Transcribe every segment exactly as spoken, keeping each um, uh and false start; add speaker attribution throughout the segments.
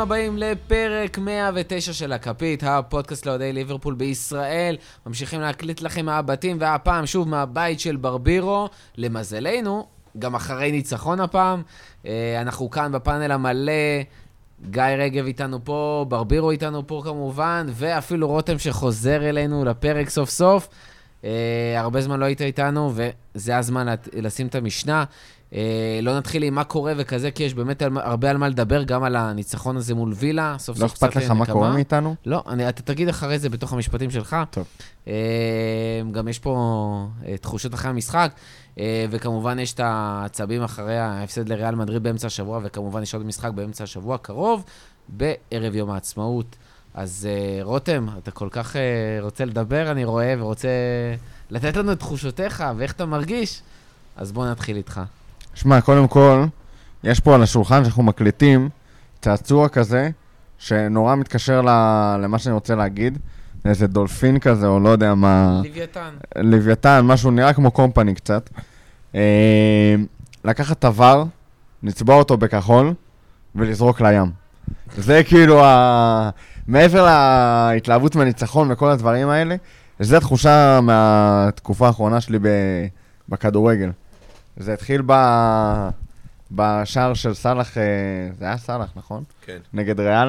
Speaker 1: הבאים לפרק מאה ותשע של הכפית, הפודקאסט לאוהדי ליברפול בישראל. ממשיכים להקליט לכם מהבתים, והפעם שוב מהבית של ברבירו. למזלנו, גם אחרי ניצחון הפעם. אנחנו כאן בפאנל המלא, גיא רגב איתנו פה, ברבירו איתנו פה כמובן, ואפילו רותם שחוזר אלינו לפרק סוף סוף. הרבה זמן לא היית איתנו, וזה הזמן לשים את המשנה. לא נתחיל עם מה קורה וכזה, כי יש באמת הרבה על מה לדבר, גם על הניצחון הזה מול וילה.
Speaker 2: לא אכפת לך מה קורה מאיתנו?
Speaker 1: לא, אתה תגיד אחרי זה בתוך המשפטים שלך.
Speaker 2: טוב.
Speaker 1: גם יש פה תחושות אחרי המשחק, וכמובן יש את העצבים אחרי ההפסד לריאל מדריד באמצע השבוע, וכמובן יש עוד משחק באמצע השבוע הקרוב, בערב יום העצמאות. אז רותם, אתה כל כך רוצה לדבר, אני רואה, ורוצה לתת לנו את תחושותיך, ואיך אתה מרגיש, אז בוא נתחיל איתך.
Speaker 2: שמע, קודם כל, יש פה על השולחן שאנחנו מקליטים צעצוע כזה, שנורא מתקשר למה שאני רוצה להגיד, איזה דולפין כזה, או לא יודע מה...
Speaker 1: לוויתן.
Speaker 2: לוויתן, משהו נראה כמו קומפני קצת. לקחת תבר, נצבע אותו בכחול, ולזרוק לים. זה כאילו, ה... מעבר להתלהבות מהניצחון וכל הדברים האלה, זו תחושה מהתקופה האחרונה שלי בכדורגל. זה התחיל ב... בשער של סלח, זה היה סלח, נכון?
Speaker 3: כן.
Speaker 2: נגד ריאל.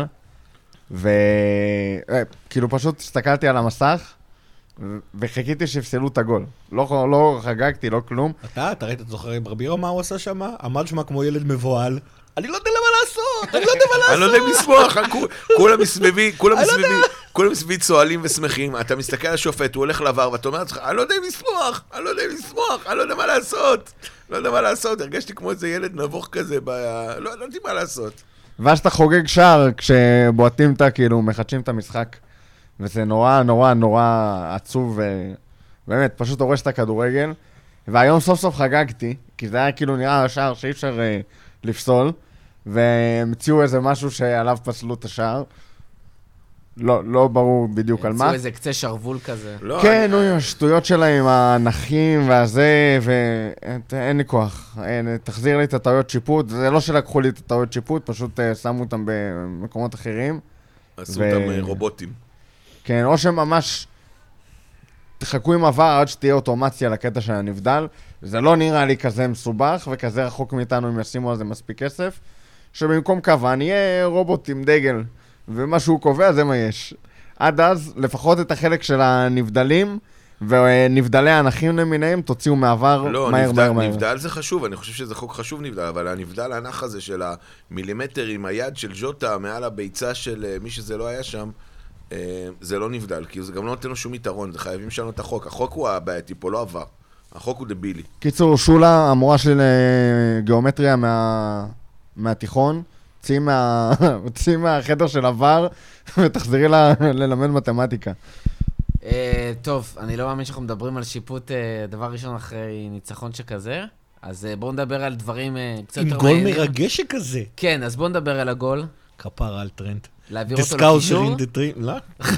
Speaker 2: וכאילו פשוט הסתכלתי על המסך, וחיכיתי שיפסלו את הגול. לא, לא חגגתי, לא כלום.
Speaker 4: אתה, אתה ראית, אתה זוכר ברבירו מה הוא עשה שם? עמד שמה כמו ילד מבועל. אני לא יודע מה לעשות, אני לא יודע מה לעשות.
Speaker 3: אני לא יודע לשמוח, כולם מסביבי, כולם מסביבי, כולם מסביבי צועלים ושמחים. אתה מסתכל על השופט, הוא הולך לעבר, ואתה אומר לעצמך, אני לא יודע לשמוח, אני לא יודע לשמוח, אני לא יודע מה לעשות. לא יודע מה לעשות, הרגשתי כמו איזה ילד נבוך כזה, לא יודעתי מה לעשות.
Speaker 2: ואז אתה חוגג שער כשבועטים את, כאילו, מחדשים את המשחק. וזה נורא, נורא, נורא עצוב, ובאמת, פשוט הורש את הכדורגל. והיום סוף סוף חגגתי, כי זה היה כאילו נראה השער שאי אפשר לפסול, והמציאו איזה משהו שעליו פסלו את השער. לא, לא ברור בדיוק על מה.
Speaker 1: המציאו איזה קצה שרבול כזה.
Speaker 2: כן, נו, השטויות שלהם, הנחים והזה, ואין לי כוח. תחזיר לי את הטעויות שיפוט. זה לא שלקחו לי את הטעויות שיפוט, פשוט שמו אותם במקומות אחרים.
Speaker 3: עשו אותם רובוטים.
Speaker 2: כן, או שממש תחכו עם עבר עד שתהיה אוטומציה לקטע של הנבדל. זה לא נראה לי כזה מסובך וכזה רחוק מאיתנו אם ישימו על זה מספיק כסף, שבמקום כוון יהיה רובוט עם דגל, ומה שהוא קובע זה מה יש. עד אז, לפחות את החלק של הנבדלים, ונבדלי האנחים למיניהם, תוציאו מעבר
Speaker 3: לא,
Speaker 2: מהר
Speaker 3: נבדל,
Speaker 2: מהר מהר.
Speaker 3: נבדל זה חשוב, אני חושב שזה חוק חשוב נבדל, אבל הנבדל הענך הזה של המילימטר עם היד של ז'וטה מעל הביצה של מי שזה לא היה שם, זה לא נבדל, כי זה גם לא נותן לו שום יתרון, זה חייבים לשנות את החוק. החוק הוא הבעייתי פה, לא עבר. החוק הוא דבילי.
Speaker 2: קיצור, שולה, המורה שלי לגיאומטריה מה... מהתיכון, צאי מה... מהחדר של עבר, ותחזרי ל... ללמד מתמטיקה.
Speaker 1: טוב, אני לא מאמין שאנחנו מדברים על שיפוט דבר ראשון אחרי ניצחון שכזה, אז בואו נדבר על דברים קצת יותר...
Speaker 4: עם גול מרגש שכזה.
Speaker 1: כן, אז בואו נדבר על הגול.
Speaker 4: כפרה על טרנט.
Speaker 1: להעביר אותו לקישור?
Speaker 4: לא?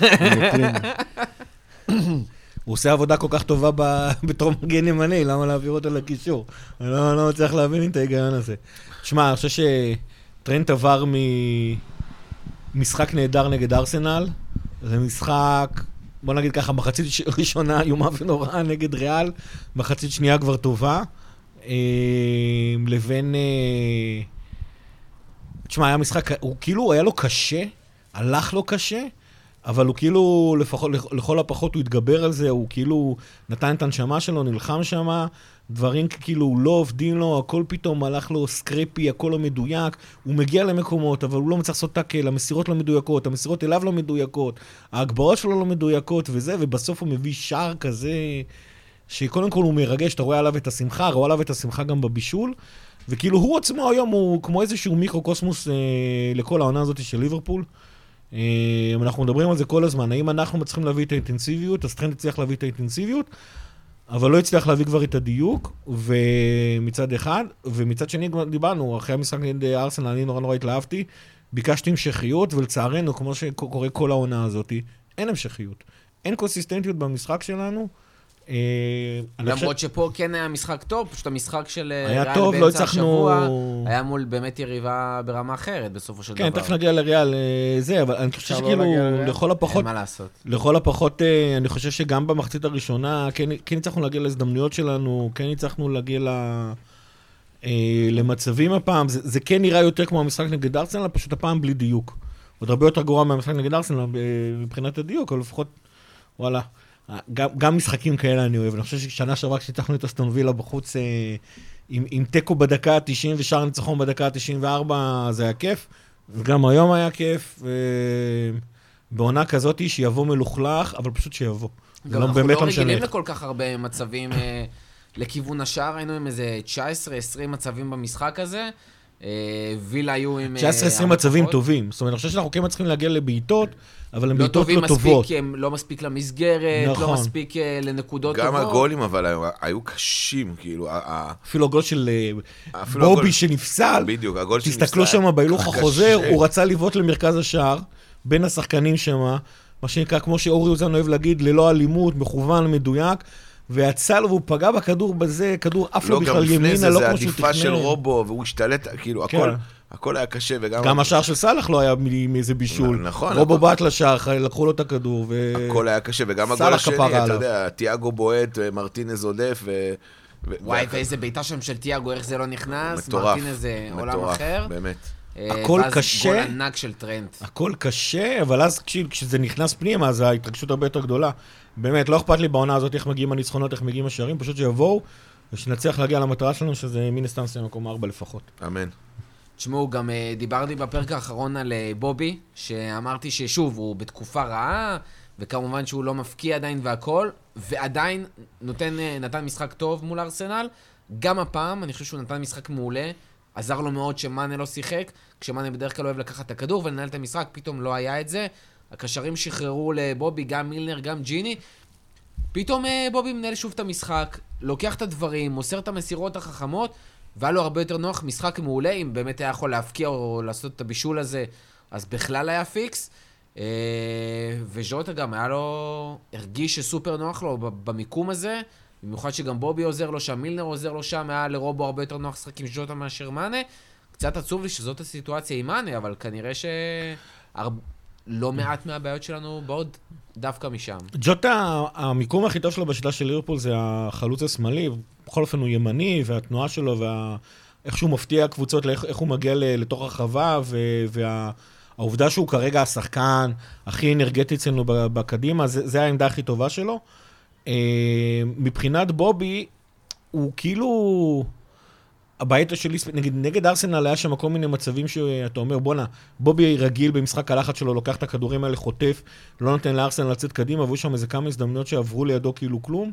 Speaker 4: הוא עושה עבודה כל כך טובה בתור מגן ימני, למה להעביר אותו לקישור? אני לא מצליח להבין את ההיגיון הזה. תשמע, אני חושב שטרנט עבר ממשחק נהדר נגד ארסנל, זה משחק, בוא נגיד ככה, מחצית ראשונה איומה ונוראה נגד ריאל, מחצית שנייה כבר טובה, לבין... תשמע, היה משחק, הוא כאילו, היה לו קשה, הלך לו קשה, אבל הוא כאילו, לפחות, לכל הפחות הוא התגבר על זה, הוא כאילו נתן את הנשמה שלו, נלחם שמה, דברים כאילו לא עובדים לו, הכל פתאום הלך לו סקרפי, הכל לא מדויק, הוא מגיע למקומות, אבל הוא לא מצליח לעשות טאקל, המסירות לא מדויקות, המסירות אליו לא מדויקות, ההגברות שלו לא מדויקות וזה, ובסוף הוא מביא שער כזה, שקודם כל הוא מרגש, אתה רואה עליו את השמחה, רואה עליו את השמחה גם בבישול, וכאילו הוא עצמו היום הוא כמו איזשהו מיקרו-קוסמוס אה, לכל העונה הזאת של ליברפול. אה, אנחנו מדברים על זה כל הזמן. האם אנחנו מצליחים להביא את האינטנסיביות, אז טרנט הצליח להביא את האינטנסיביות, אבל לא הצליח להביא כבר את הדיוק, ומצד אחד, ומצד שני דיברנו, אחרי המשחק נגד ארסנל, אני נורא נורא התלהבתי, ביקשתי המשכיות, ולצערנו, כמו שקורה כל העונה הזאת, אין המשכיות. אין קונסיסטנטיות במשחק שלנו,
Speaker 1: למרות שפה כן היה משחק טוב, פשוט המשחק של
Speaker 4: ריאל באמצע השבוע,
Speaker 1: היה מול באמת יריבה ברמה אחרת בסופו של דבר.
Speaker 4: כן, תכף נגיע לריאל זה, אבל אני חושב שכאילו, לכל הפחות,
Speaker 1: אין מה לעשות.
Speaker 4: לכל הפחות, אני חושב שגם במחצית הראשונה, כן הצלחנו להגיע להזדמנויות שלנו, כן הצלחנו להגיע למצבים הפעם, זה כן נראה יותר כמו המשחק נגד ארסנל, פשוט הפעם בלי דיוק. עוד הרבה יותר גרוע מהמשחק נגד ארסנל מבחינת הדיוק, אבל לפחות, וואלה. גם, גם משחקים כאלה אני אוהב. אני חושב ששנה שעברה כשניצחנו את אסטון וילה בחוץ אה, עם, עם טקו בדקה ה-תשעים ושאר ניצחון בדקה ה-תשעים וארבע, זה היה כיף. וגם היום היה כיף. אה, בעונה כזאת שיבוא מלוכלך, אבל פשוט שיבוא.
Speaker 1: גם אנחנו לא רגילים לכל כך הרבה מצבים אה, לכיוון השאר. היינו עם איזה תשע עשרה עשרים מצבים במשחק הזה. וילה היו עם...
Speaker 4: תשע עשרה עשרים מצבים טובים. זאת אומרת, אני חושב שאנחנו כן מצליחים להגיע לבעיטות, אבל הן בעיטות לא טובות.
Speaker 1: לא טובים מספיק, הם לא מספיק למסגרת, לא מספיק לנקודות טובות.
Speaker 3: גם הגולים אבל היו קשים, כאילו...
Speaker 4: אפילו הגול של בובי שנפסל.
Speaker 3: בדיוק, הגול שנפסל.
Speaker 4: תסתכלו שם בהילוך החוזר, הוא רצה לבעוט למרכז השער, בין השחקנים שם, מה שנקרא, כמו שאורי אוזן אוהב להגיד, ללא אלימות, מכוון, מדויק. ויצא לו, והוא פגע בכדור בזה, כדור אף לא בכלל ימינה, לא כמו שהוא תכנן.
Speaker 3: זה עדיפה של רובו, והוא השתלט, כאילו, הכל, הכל היה קשה, וגם...
Speaker 4: גם השער של סלח לא היה מאיזה בישול.
Speaker 3: נכון.
Speaker 4: רובו באת לשער, לקחו לו את הכדור, ו...
Speaker 3: הכל היה קשה, וגם הגול השני, אתה יודע, תיאגו בועט, מרטינז עודף, ו...
Speaker 1: וואי, ואיזה ביתה שם של תיאגו, איך זה לא נכנס, מרטינז זה עולם אחר.
Speaker 3: באמת.
Speaker 4: הכל קשה.
Speaker 1: ואז גול ענק של טרנט.
Speaker 4: הכל קשה, אבל אז כשזה נכנס פנימה, אז ההתרגשות הרבה יותר גדולה. באמת, לא אכפת לי בעונה הזאת איך מגיעים הניצחונות, איך מגיעים השערים, פשוט שיבואו, ושנצליח להגיע למטרה שלנו, שזה מן הסתם סיים מקום ארבע לפחות.
Speaker 3: אמן.
Speaker 1: תשמעו, גם דיברתי בפרק האחרון על בובי, שאמרתי ששוב, הוא בתקופה רעה, וכמובן שהוא לא מפקיע עדיין והכל, ועדיין נותן, נתן משחק טוב מול ארסנל. גם הפעם, אני חושב שהוא נתן משחק מעולה, עזר לו מאוד שמאנה לא שיחק, כשמאנה בדרך כלל אוהב לקחת את הכדור ולנהל את המשחק, פתאום לא היה את זה. הקשרים שחררו לבובי, גם מילנר, גם ג'יני. פתאום בובי מנהל שוב את המשחק, לוקח את הדברים, מוסר את המסירות החכמות, והיה לו הרבה יותר נוח, משחק מעולה, אם באמת היה יכול להפקיע או לעשות את הבישול הזה, אז בכלל היה פיקס. וז'וטה גם היה לו, הרגיש שסופר נוח לו במיקום הזה, במיוחד שגם בובי עוזר לו שם, מילנר עוזר לו שם, היה לרובו הרבה יותר נוח לשחק עם ז'וטה מאשר מאנה. קצת עצוב לי שזאת הסיטואציה עם מאנה, אבל כנראה שלא מעט מהבעיות שלנו בעוד דווקא משם.
Speaker 4: ג'וטה, המיקום הכי טוב שלו בשיטה של ליברפול זה החלוץ השמאלי, בכל אופן הוא ימני, והתנועה שלו, ואיך שהוא מפתיע קבוצות, איך הוא מגיע לתוך הרחבה, והעובדה שהוא כרגע השחקן הכי אנרגטי אצלנו בקדימה, זה העמדה הכי טובה שלו. מבחינת בובי, הוא כאילו... הבעיה שלי, נגד, נגד ארסנל היה שם כל מיני מצבים שאתה אומר, בונה, בובי רגיל במשחק הלחץ שלו, לוקח את הכדורים האלה, חוטף, לא נותן לארסנל לצאת קדימה, והיו שם איזה כמה הזדמנויות שעברו לידו כאילו כלום.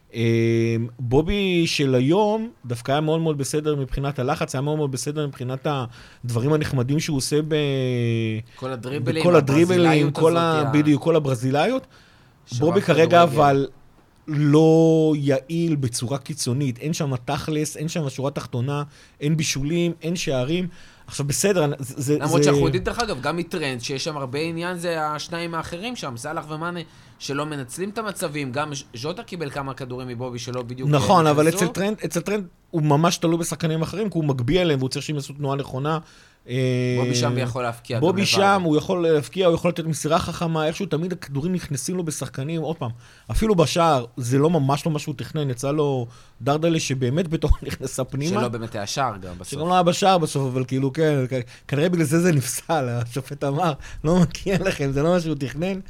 Speaker 4: בובי של היום דווקא היה מאוד מאוד בסדר מבחינת הלחץ, היה מאוד מאוד בסדר מבחינת הדברים הנחמדים שהוא עושה ב...
Speaker 1: כל הדריבלים,
Speaker 4: כל הדריבלים, כל ה... בדיוק, כל הברזילאיות. בובי כרגע אבל... לא יעיל בצורה קיצונית, אין שם תכלס, אין שם שורה תחתונה, אין בישולים, אין שערים. עכשיו בסדר, זה...
Speaker 1: למרות שאנחנו יודעים דרך אגב, גם מטרנד, שיש שם הרבה עניין, זה השניים האחרים שם, סלח ומאנה, שלא מנצלים את המצבים, גם ז'וטה קיבל כמה כדורים מבובי שלא בדיוק...
Speaker 4: נכון, אבל אצל טרנד, אצל טרנד הוא ממש תלוי בשחקנים אחרים, כי הוא מגביע אליהם, והוא צריך שהם יעשו תנועה נכונה.
Speaker 1: בובי שם יכול להפקיע.
Speaker 4: בובי שם, הוא יכול להפקיע, הוא יכול לתת מסירה חכמה, איכשהו תמיד הכדורים נכנסים לו בשחקנים, עוד פעם, אפילו בשער, זה לא ממש לא משהו תכנן, יצא לו דרדלה שבאמת בתוך נכנסה פנימה.
Speaker 1: שלא באמת היה שער גם בסוף.
Speaker 4: שגם לא היה בשער בסוף, אבל כאילו כן, כנראה בגלל זה זה נפסל, השופט אמר, לא מגיע לכם, זה לא משהו תכנן.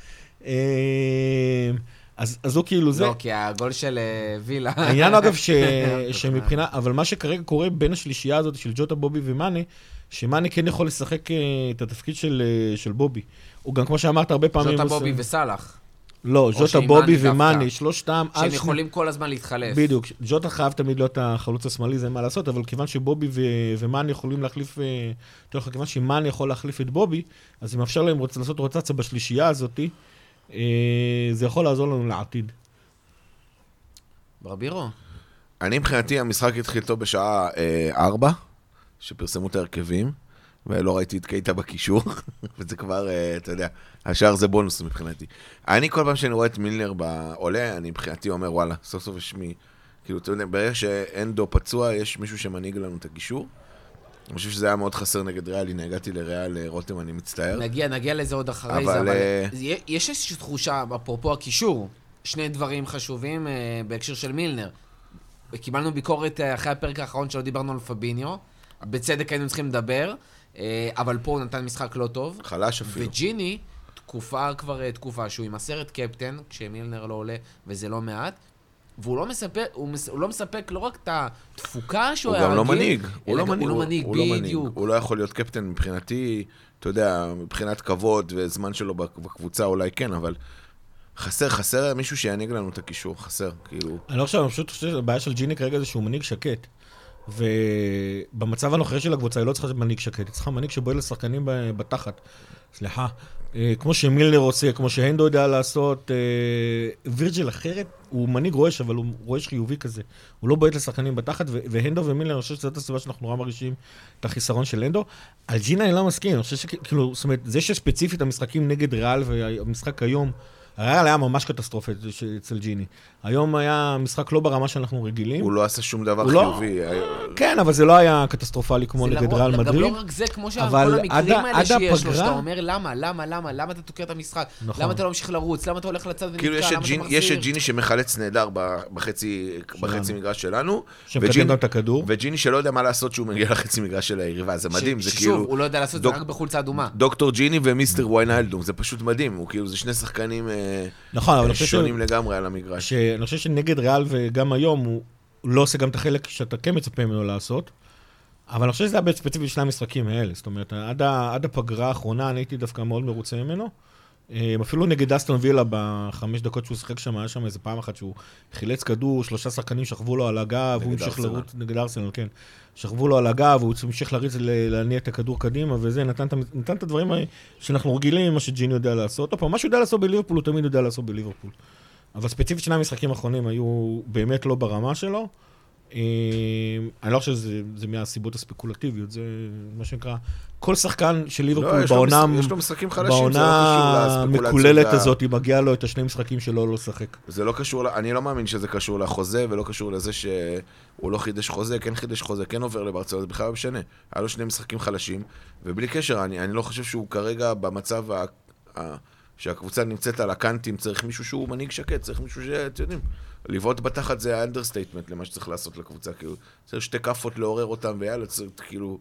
Speaker 4: אז, אז הוא כאילו זה...
Speaker 1: לא, כי הגול של וילה...
Speaker 4: העניין אגב ש... שמבחינה... אבל מה שכרגע קורה בין השלישייה הזאת של ג'וטה, בובי ומאנה, שמאנה כן יכול לשחק את התפקיד של, של בובי. הוא גם, כמו שאמרת, הרבה פעמים...
Speaker 1: ז'וטה, בובי וסלח.
Speaker 4: לא, ז'וטה, בובי ומאנה, שלושתם...
Speaker 1: שהם יכולים כל הזמן להתחלף.
Speaker 4: בדיוק. ז'וטה חייב תמיד להיות החלוץ השמאלי, זה מה לעשות, אבל כיוון שבובי ו... ומאנה יכולים להחליף... כיוון שמאנה יכול להחליף את בובי, אז אם אפשר להם לעשות רוטציה בשלישייה הזאת, זה יכול לעזור לנו לעתיד.
Speaker 1: ברבירו.
Speaker 3: אני מבחינתי, המשחק התחיל טוב בשעה ארבע, שפרסמו את ההרכבים, ולא ראיתי את קייטה בקישור, וזה כבר, אתה יודע, השאר זה בונוס מבחינתי. אני כל פעם שאני רואה את מילנר בעולה, אני מבחינתי אומר, וואלה, סוף סוף יש מי, כאילו, אתה יודע, ברגע שאנדו פצוע, יש מישהו שמנהיג לנו את הקישור. אני חושב שזה היה מאוד חסר נגד ריאל, הנה הגעתי לריאל רותם, אני מצטער.
Speaker 1: נגיע, נגיע לזה עוד אחרי זה, אבל יש איזושהי תחושה, אפרופו הקישור, שני דברים חשובים בהקשר של מילנר. קיבלנו ביקורת אחרי הפרק האחרון שלא דיברנו על פביניו, בצדק היינו צריכים לדבר, אבל פה הוא נתן משחק לא טוב.
Speaker 3: חלש אפילו.
Speaker 1: וג'יני, תקופה כבר תקופה, שהוא עם הסרט קפטן, כשמילנר לא עולה, וזה לא מעט, והוא לא מספק, הוא, מס, הוא לא מספק לא רק את התפוקה שהוא היה
Speaker 3: רגיל,
Speaker 1: הוא
Speaker 3: גם לא מנהיג, הוא לא
Speaker 1: מנהיג, הוא לא מנהיג, בדיוק.
Speaker 3: הוא לא יכול להיות קפטן מבחינתי, אתה יודע, מבחינת כבוד וזמן שלו בקבוצה אולי כן, אבל חסר, חסר מישהו שיעניג לנו את הקישור, חסר, כאילו.
Speaker 4: אני לא חושב, אני פשוט חושב שהבעיה של ג'יני כרגע זה שהוא מנהיג שקט. ובמצב הנוכחי של הקבוצה היא לא צריכה מנהיג שקט, היא צריכה מנהיג שבועל לשחקנים בתחת. סליחה. כמו שמילנר עושה, כמו שהנדו יודע לעשות, וירג'יל אחרת, הוא מנהיג רועש, אבל הוא רועש חיובי כזה. הוא לא בועט לשחקנים בתחת, והנדו ומילנר, אני חושב שזאת הסיבה שאנחנו נורא מרגישים את החיסרון של הנדו. על ג'ינה אני לא מסכים, אני חושב שכאילו, זאת אומרת, זה שספציפית המשחקים נגד ריאל והמשחק היום, הריאל היה ממש קטסטרופה אצל ג'יני. היום היה משחק לא ברמה שאנחנו רגילים.
Speaker 3: הוא לא עשה שום דבר חיובי.
Speaker 4: כן, אבל זה לא היה קטסטרופלי כמו נגד ריאל מדריד.
Speaker 1: גם לא רק זה, כמו שכל המקרים האלה שיש לו, שאתה אומר, למה, למה, למה, למה אתה תוקע את המשחק? למה אתה לא ממשיך לרוץ? למה אתה הולך לצד ונתקע?
Speaker 3: כאילו יש את ג'יני שמחלץ נהדר בחצי מגרש שלנו.
Speaker 4: שמקדם גם את הכדור.
Speaker 3: וג'יני שלא יודע מה לעשות שהוא מגיע לחצי מגרש של היריבה. זה מדהים, זה כאילו...
Speaker 1: שוב, הוא לא יודע לעשות זה רק בחולצה אדומה.
Speaker 3: דוקטור ג'יני ומיסטר ויינאלדום, זה פשוט מדהים. הוא כאילו, זה שני שחקנים
Speaker 4: נכון, אבל
Speaker 3: שונים לגמרי על המגרש.
Speaker 4: אני חושב שנגד ריאל וגם היום הוא לא עושה גם את החלק שאתה כן מצפה ממנו לעשות, אבל אני חושב שזה היה ספציפי בשני המשחקים האלה, זאת אומרת, עד, עד הפגרה האחרונה אני הייתי דווקא מאוד מרוצה ממנו, אפילו נגד אסטון וילה בחמש דקות שהוא שיחק שם, היה שם איזה פעם אחת שהוא חילץ כדור, שלושה שחקנים שכבו לו על הגב, והוא המשיך לרוץ נגד ארסנל, כן, שכבו לו על הגב, והוא המשיך להריץ להניע את הכדור קדימה, וזה נתן, נתן את הדברים שאנחנו רגילים ממה שג'יני יודע לעשות. טוב, מה שהוא יודע לעשות בליברפול, הוא תמיד יודע לעשות בליברפול. אבל ספציפית שני המשחקים האחרונים היו באמת לא ברמה שלו. אני לא חושב שזה מהסיבות הספקולטיביות, זה מה שנקרא, כל שחקן של ליברפול בעונה המקוללת הזאת, היא מגיעה לו את השני משחקים שלו לא לשחק.
Speaker 3: זה לא קשור, אני לא מאמין שזה קשור לחוזה, ולא קשור לזה שהוא לא חידש חוזה, כן חידש חוזה, כן עובר לברצלונה, זה בכלל לא משנה. היה לו שני משחקים חלשים, ובלי קשר, אני לא חושב שהוא כרגע במצב שהקבוצה נמצאת על הקנטים, צריך מישהו שהוא מנהיג שקט, צריך מישהו שאתם יודעים, לבעוט בתחת זה האנדרסטייטמנט למה שצריך לעשות לקבוצה, כאילו, צריך שתי כפות לעורר אותם, ויאללה, צריך, כאילו...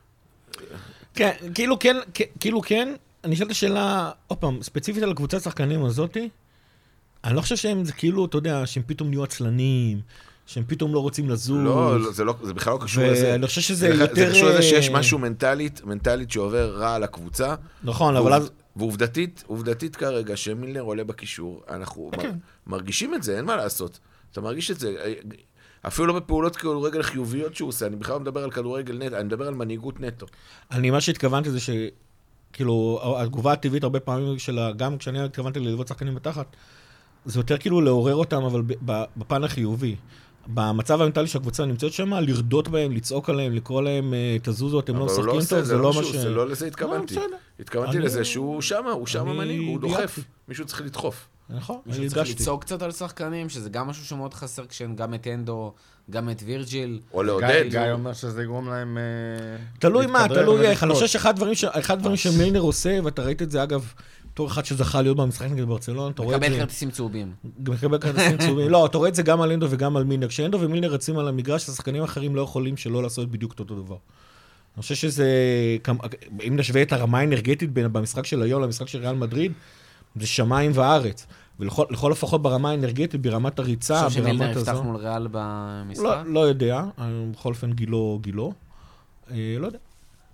Speaker 4: כן, כאילו כן, כאילו כן, אני שאלת השאלה, עוד פעם, ספציפית על הקבוצת השחקנים הזאתי, אני לא חושב שהם, זה כאילו, אתה יודע, שהם פתאום נהיו עצלנים, שהם פתאום לא רוצים לזוז.
Speaker 3: לא, זה, לא, זה בכלל לא קשור לזה.
Speaker 4: ואני חושב שזה יותר...
Speaker 3: זה קשור לזה שיש משהו מנטלית, מנטלית שעובר רע על הקבוצה.
Speaker 4: נכון, אבל אז...
Speaker 3: ועובדתית, עובדתית כרגע, שמילנר עולה בקישור, אנחנו מרגישים את זה, אין מה לעשות. אתה מרגיש את זה, אפילו לא בפעולות כדורגל חיוביות שהוא עושה, אני בכלל לא מדבר על כדורגל נטו, אני מדבר על מנהיגות נטו.
Speaker 4: אני, מה שהתכוונתי זה שכאילו, התגובה הטבעית הרבה פעמים שלה, גם כשאני התכוונתי ללוות שחקנים בתחת, זה יותר כאילו לעורר אותם, אבל בפן החיובי. במצב המנטלי שהקבוצה נמצאת שם, לרדות בהם, לצעוק עליהם, לקרוא להם, תזוזו, אתם לא משחקים טוב, זה לא מה ש...
Speaker 3: זה לא לזה התכוונתי. התכוונתי לזה שהוא שמה, הוא שמה מנהיג, הוא דוחף. מישהו צריך לדחוף.
Speaker 4: נכון,
Speaker 1: מישהו צריך לצעוק קצת על שחקנים, שזה גם משהו שמאוד חסר כשהם גם את אנדו, גם את וירג'יל.
Speaker 3: או לעודד.
Speaker 2: גיא אומר שזה יגרום להם...
Speaker 4: תלוי מה, תלוי איך. אני חושב שאחד הדברים שמילנר עושה, ואתה ראית את זה אגב, תור אחד שזכה להיות במשחק נגד ברצלונה, אתה רואה את זה...
Speaker 1: מקבל כרטיסים צהובים.
Speaker 4: מקבל כרטיסים צהובים. לא, אתה רואה את זה גם על אנדו וגם על מילנר. כשאנדו ומילנר רצים על המגרש, השחקנים האחרים לא יכולים שלא לעשות בדיוק אותו דבר. אני חושב שזה... אם נשווה את הרמה האנרגטית במשחק של היום למשחק של ריאל מדריד, זה שמיים וארץ. ולכל לפחות ברמה האנרגטית, ברמת הריצה, ברמת הזו...
Speaker 1: חושב שמילנר יפתח מול ריאל במשחק?
Speaker 4: לא יודע. בכל אופן גילו, גילו. לא יודע.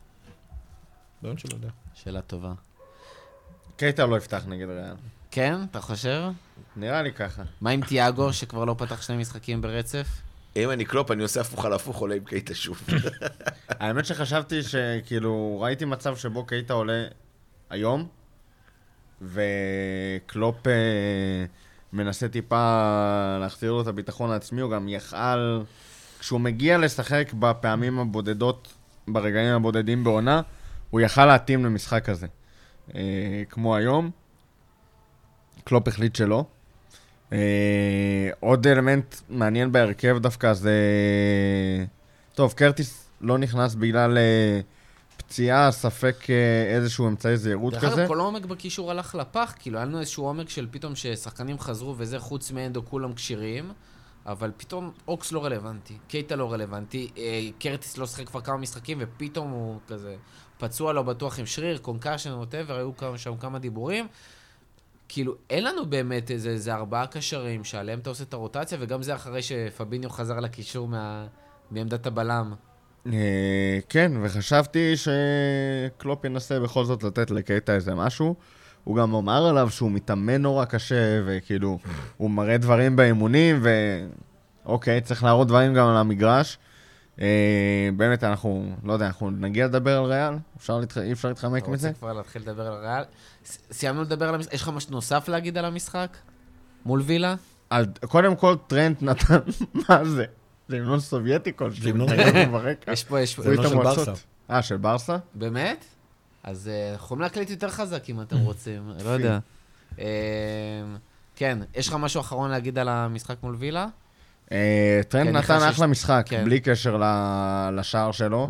Speaker 4: לא יודע.
Speaker 1: שאלה טובה.
Speaker 2: קייטה לא יפתח נגד ריאל.
Speaker 1: כן? אתה חושב?
Speaker 2: נראה לי ככה.
Speaker 1: מה עם תיאגו, שכבר לא פתח שני משחקים ברצף?
Speaker 3: אם אני קלופ, אני עושה הפוך על הפוך, עולה עם קייטה שוב.
Speaker 2: האמת שחשבתי שכאילו, ראיתי מצב שבו קייטה עולה היום, וקלופ מנסה טיפה להחזיר לו את הביטחון העצמי, הוא גם יחל, כשהוא מגיע לשחק בפעמים הבודדות, ברגעים הבודדים בעונה, הוא יכל להתאים למשחק הזה. כמו היום, קלופ החליט שלא. עוד אלמנט מעניין בהרכב דווקא זה... טוב, קרטיס לא נכנס בגלל פציעה, ספק איזשהו אמצעי זהירות כזה.
Speaker 1: דרך אגב, כל העומק בקישור הלך לפח, כאילו היה לנו איזשהו עומק של פתאום ששחקנים חזרו וזה חוץ מאנדו כולם כשירים, אבל פתאום אוקס לא רלוונטי, קייטה לא רלוונטי, קרטיס לא שחק כבר כמה משחקים ופתאום הוא כזה פצוע לא בטוח עם שריר, קונקשן וואטאבר, היו שם כמה דיבורים. כאילו, אין לנו באמת איזה, איזה ארבעה קשרים שעליהם אתה עושה את הרוטציה, וגם זה אחרי שפביניו חזר לקישור מה... מעמדת הבלם.
Speaker 2: כן, וחשבתי שקלופ ינסה בכל זאת לתת לקייטה איזה משהו. הוא גם אומר עליו שהוא מתאמן נורא קשה, וכאילו, הוא מראה דברים באימונים, ואוקיי, צריך להראות דברים גם על המגרש. באמת, אנחנו, לא יודע, אנחנו נגיע לדבר על ריאל? אי אפשר להתחמק מזה?
Speaker 1: רוצה כבר להתחיל לדבר על ריאל. סיימנו לדבר על המשחק. יש לך משהו נוסף להגיד על המשחק? מול וילה?
Speaker 2: קודם כל, טרנט נתן, מה זה? זה המנון סובייטי כלשהו.
Speaker 4: זה המנון
Speaker 2: ברקע.
Speaker 1: יש פה, יש פה.
Speaker 4: זה המנון של ברסה.
Speaker 2: אה, של ברסה?
Speaker 1: באמת? אז יכולים להקליט יותר חזק אם אתם רוצים, לא יודע. כן, יש לך משהו אחרון להגיד על המשחק מול וילה?
Speaker 2: טרנד נתן אחלה משחק, בלי קשר לשער שלו.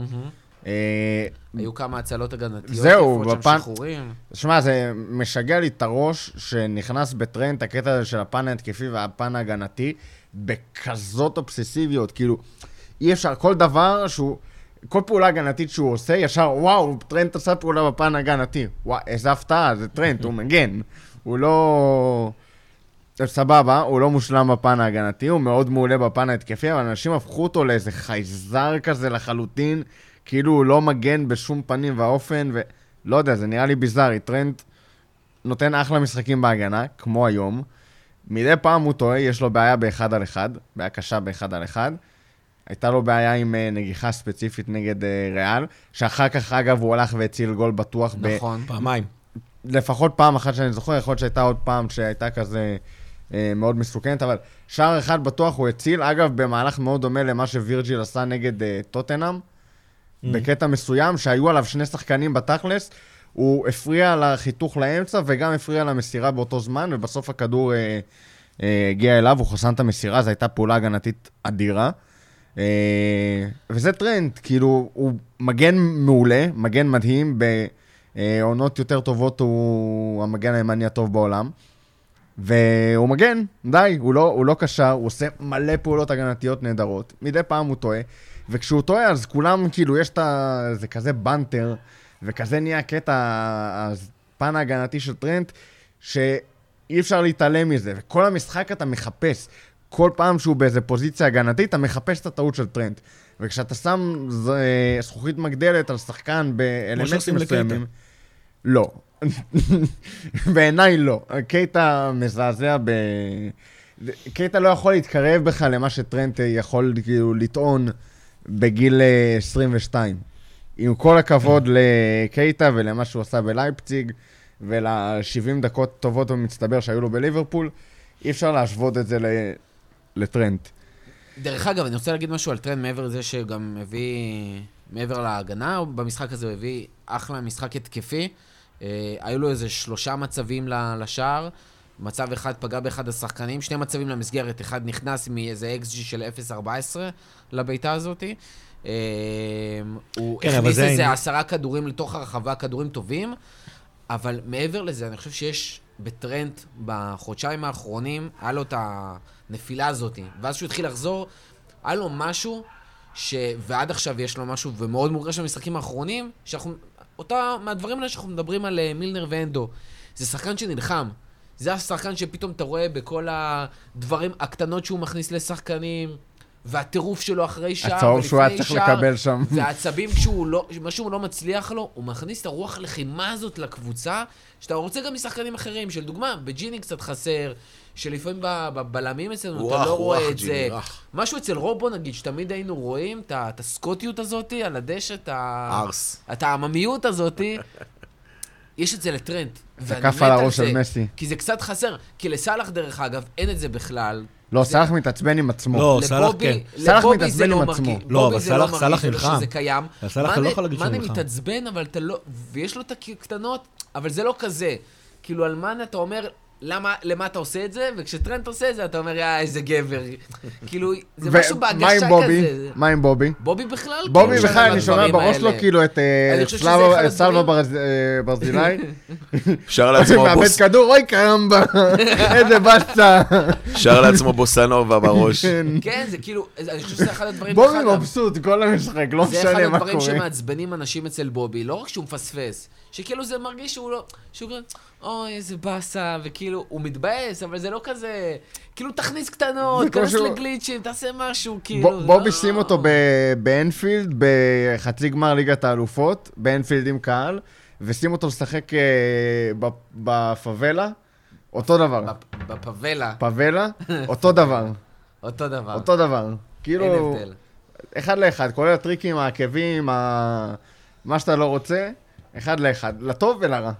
Speaker 1: היו כמה הצלות הגנתיות,
Speaker 2: זהו,
Speaker 1: יפות שם שחורים.
Speaker 2: שמע, זה משגע לי את הראש שנכנס בטרנד הקטע הזה של הפן ההתקפי והפן ההגנתי בכזאת אובססיביות, כאילו, אי אפשר, כל דבר שהוא, כל פעולה הגנתית שהוא עושה, ישר, וואו, טרנד עשה פעולה בפן הגנתי. וואו, איזה הפתעה, זה טרנד, הוא מגן. הוא לא... סבבה, הוא לא מושלם בפן ההגנתי, הוא מאוד מעולה בפן ההתקפי, אבל אנשים הפכו אותו לאיזה חייזר כזה לחלוטין, כאילו הוא לא מגן בשום פנים ואופן, ולא יודע, זה נראה לי ביזארי. טרנד נותן אחלה משחקים בהגנה, כמו היום. מדי פעם הוא טועה, יש לו בעיה באחד על אחד, בעיה קשה באחד על אחד. הייתה לו בעיה עם נגיחה ספציפית נגד ריאל, שאחר כך, אגב, הוא הלך והציל גול בטוח.
Speaker 1: נכון,
Speaker 2: ב...
Speaker 4: פעמיים.
Speaker 2: לפחות פעם אחת שאני זוכר, יכול להיות שהייתה עוד פעם שהייתה כזה אה, מאוד מסוכנת, אבל שער אחד בטוח הוא הציל, אגב, במהלך מאוד דומה למה שווירג'יל עשה נגד אה, טוטנאם, mm. בקטע מסוים, שהיו עליו שני שחקנים בתכלס, הוא הפריע לחיתוך לאמצע, וגם הפריע למסירה באותו זמן, ובסוף הכדור אה, אה, הגיע אליו, הוא חסן את המסירה, זו הייתה פעולה הגנתית אדירה. אה, וזה טרנד, כאילו, הוא מגן מעולה, מגן מדהים, בעונות יותר טובות הוא המגן הימני הטוב בעולם. והוא מגן, די, הוא לא, הוא לא קשר, הוא עושה מלא פעולות הגנתיות נהדרות. מדי פעם הוא טועה, וכשהוא טועה, אז כולם, כאילו, יש את ה... זה כזה בנטר, וכזה נהיה קטע, הפן ההגנתי של טרנט, שאי אפשר להתעלם מזה, וכל המשחק אתה מחפש. כל פעם שהוא באיזה פוזיציה הגנתית, אתה מחפש את הטעות של טרנט. וכשאתה שם זכוכית מגדלת על שחקן באלמנטים מסוימים, לא. בעיניי לא. קייטה מזעזע ב... קייטה לא יכול להתקרב בכלל למה שטרנט יכול כאילו לטעון בגיל עשרים ושתיים. עם כל הכבוד לקייטה ולמה שהוא עשה בלייפציג, ול-שבעים דקות טובות ומצטבר שהיו לו בליברפול, אי אפשר להשוות את זה לטרנט.
Speaker 1: דרך אגב, אני רוצה להגיד משהו על טרנט מעבר לזה שגם הביא, מעבר להגנה, במשחק הזה הוא הביא אחלה משחק התקפי. היו לו איזה שלושה מצבים לשער, מצב אחד פגע באחד השחקנים, שני מצבים למסגרת, אחד נכנס מאיזה אקס ג'י של אפס נקודה ארבע עשרה לביתה הזאת. הוא הכניס איזה עשרה כדורים לתוך הרחבה, כדורים טובים, אבל מעבר לזה, אני חושב שיש בטרנט בחודשיים האחרונים, היה לו את הנפילה הזאת, ואז שהוא התחיל לחזור, היה לו משהו, ש... ועד עכשיו יש לו משהו, ומאוד מורגש במשחקים האחרונים, שאנחנו, אותה, מהדברים האלה שאנחנו מדברים על מילנר ואנדו, זה שחקן שנלחם, זה השחקן שפתאום אתה רואה בכל הדברים הקטנות שהוא מכניס לשחקנים, והטירוף שלו אחרי שער,
Speaker 2: הצהוב שהוא היה צריך לקבל שם.
Speaker 1: והעצבים כשהוא לא, משהו לא מצליח לו, הוא מכניס את הרוח הלחימה הזאת לקבוצה, שאתה רוצה גם משחקנים אחרים, של דוגמה, בג'יני קצת חסר, שלפעמים בבלמים אצלנו אתה לא רואה את זה. משהו אצל רובו נגיד, שתמיד היינו רואים את הסקוטיות הזאת על הדשא, את העממיות הזאת, יש את זה לטרנט.
Speaker 2: תקף על הראש של מסי.
Speaker 1: כי זה קצת חסר, כי לסלח דרך אגב, אין את זה בכלל.
Speaker 2: לא, סלאח מתעצבן עם עצמו.
Speaker 4: לא, סלאח כן.
Speaker 2: סלאח
Speaker 1: לבובי זה
Speaker 2: מתעצבן
Speaker 1: לא
Speaker 2: עם עצמו.
Speaker 1: מרגיש.
Speaker 4: לא, אבל
Speaker 1: בובי זה לא
Speaker 4: סלאח- סלאח
Speaker 1: מרגיש
Speaker 4: נלחם.
Speaker 1: שזה קיים.
Speaker 4: סלאח אתה לא יכול להגיד שהוא
Speaker 1: מאנה
Speaker 4: נלחם.
Speaker 1: מתעצבן, אבל אתה לא... ויש לו את הקטנות, אבל זה לא כזה. כאילו, על מאנה אתה אומר, למה, למה אתה עושה את זה? וכשטרנט עושה את זה, אתה אומר, יא, איזה גבר. כאילו, זה משהו
Speaker 2: ומה
Speaker 1: בהגשה
Speaker 2: עם בובי?
Speaker 1: כזה.
Speaker 2: מה עם בובי?
Speaker 1: בובי בכלל?
Speaker 2: בובי
Speaker 1: כאילו,
Speaker 2: בכלל,
Speaker 1: שם
Speaker 2: אני שומע
Speaker 1: הדברים
Speaker 2: בראש שלו
Speaker 1: האלה.
Speaker 2: כאילו את אה,
Speaker 1: אני חושב שזה
Speaker 2: סלאבה-
Speaker 1: אחד
Speaker 2: סלווה
Speaker 1: הדברים-
Speaker 2: ברז- אה, ברזילאי.
Speaker 3: שר לעצמו
Speaker 2: מאבד
Speaker 3: בוס,
Speaker 2: כדור, אוי קרמבה, איזה בסה.
Speaker 3: שר לעצמו בוסנובה בראש.
Speaker 1: כן, זה כאילו, אני חושב שזה אחד הדברים...
Speaker 2: בובי
Speaker 1: אחד ה-
Speaker 2: מבסוט כל המשחק, לא
Speaker 1: זה אחד
Speaker 2: משנה מה
Speaker 1: הדברים
Speaker 2: קורה.
Speaker 1: שמעצבנים אנשים אצל בובי, לא רק שהוא מפספס, שכאילו זה מרגיש שהוא לא, שהוא כזה, אוי, איזה באסה, וכאילו, הוא מתבאס, אבל זה לא כזה, כאילו, תכניס קטנות,
Speaker 2: זה כמו
Speaker 1: תכנס
Speaker 2: שהוא-
Speaker 1: לגליצ'ים, תעשה משהו, כאילו.
Speaker 2: ב-
Speaker 1: זה
Speaker 2: בובי
Speaker 1: לא-
Speaker 2: שים אותו ב- באנפילד, בחצי גמר ליגת האלופות, באנפילד עם קהל, ושים אותו לשחק אה, ב- בפאבלה, אותו דבר.
Speaker 1: בפ- בפאבלה,
Speaker 2: פאבלה, אותו דבר.
Speaker 1: אותו דבר.
Speaker 2: אותו דבר.
Speaker 1: אין
Speaker 2: כאילו,
Speaker 1: הבדל.
Speaker 2: אחד לאחד, כולל הטריקים, העקבים, ה- מה שאתה לא רוצה, אחד לאחד, לטוב ולרע.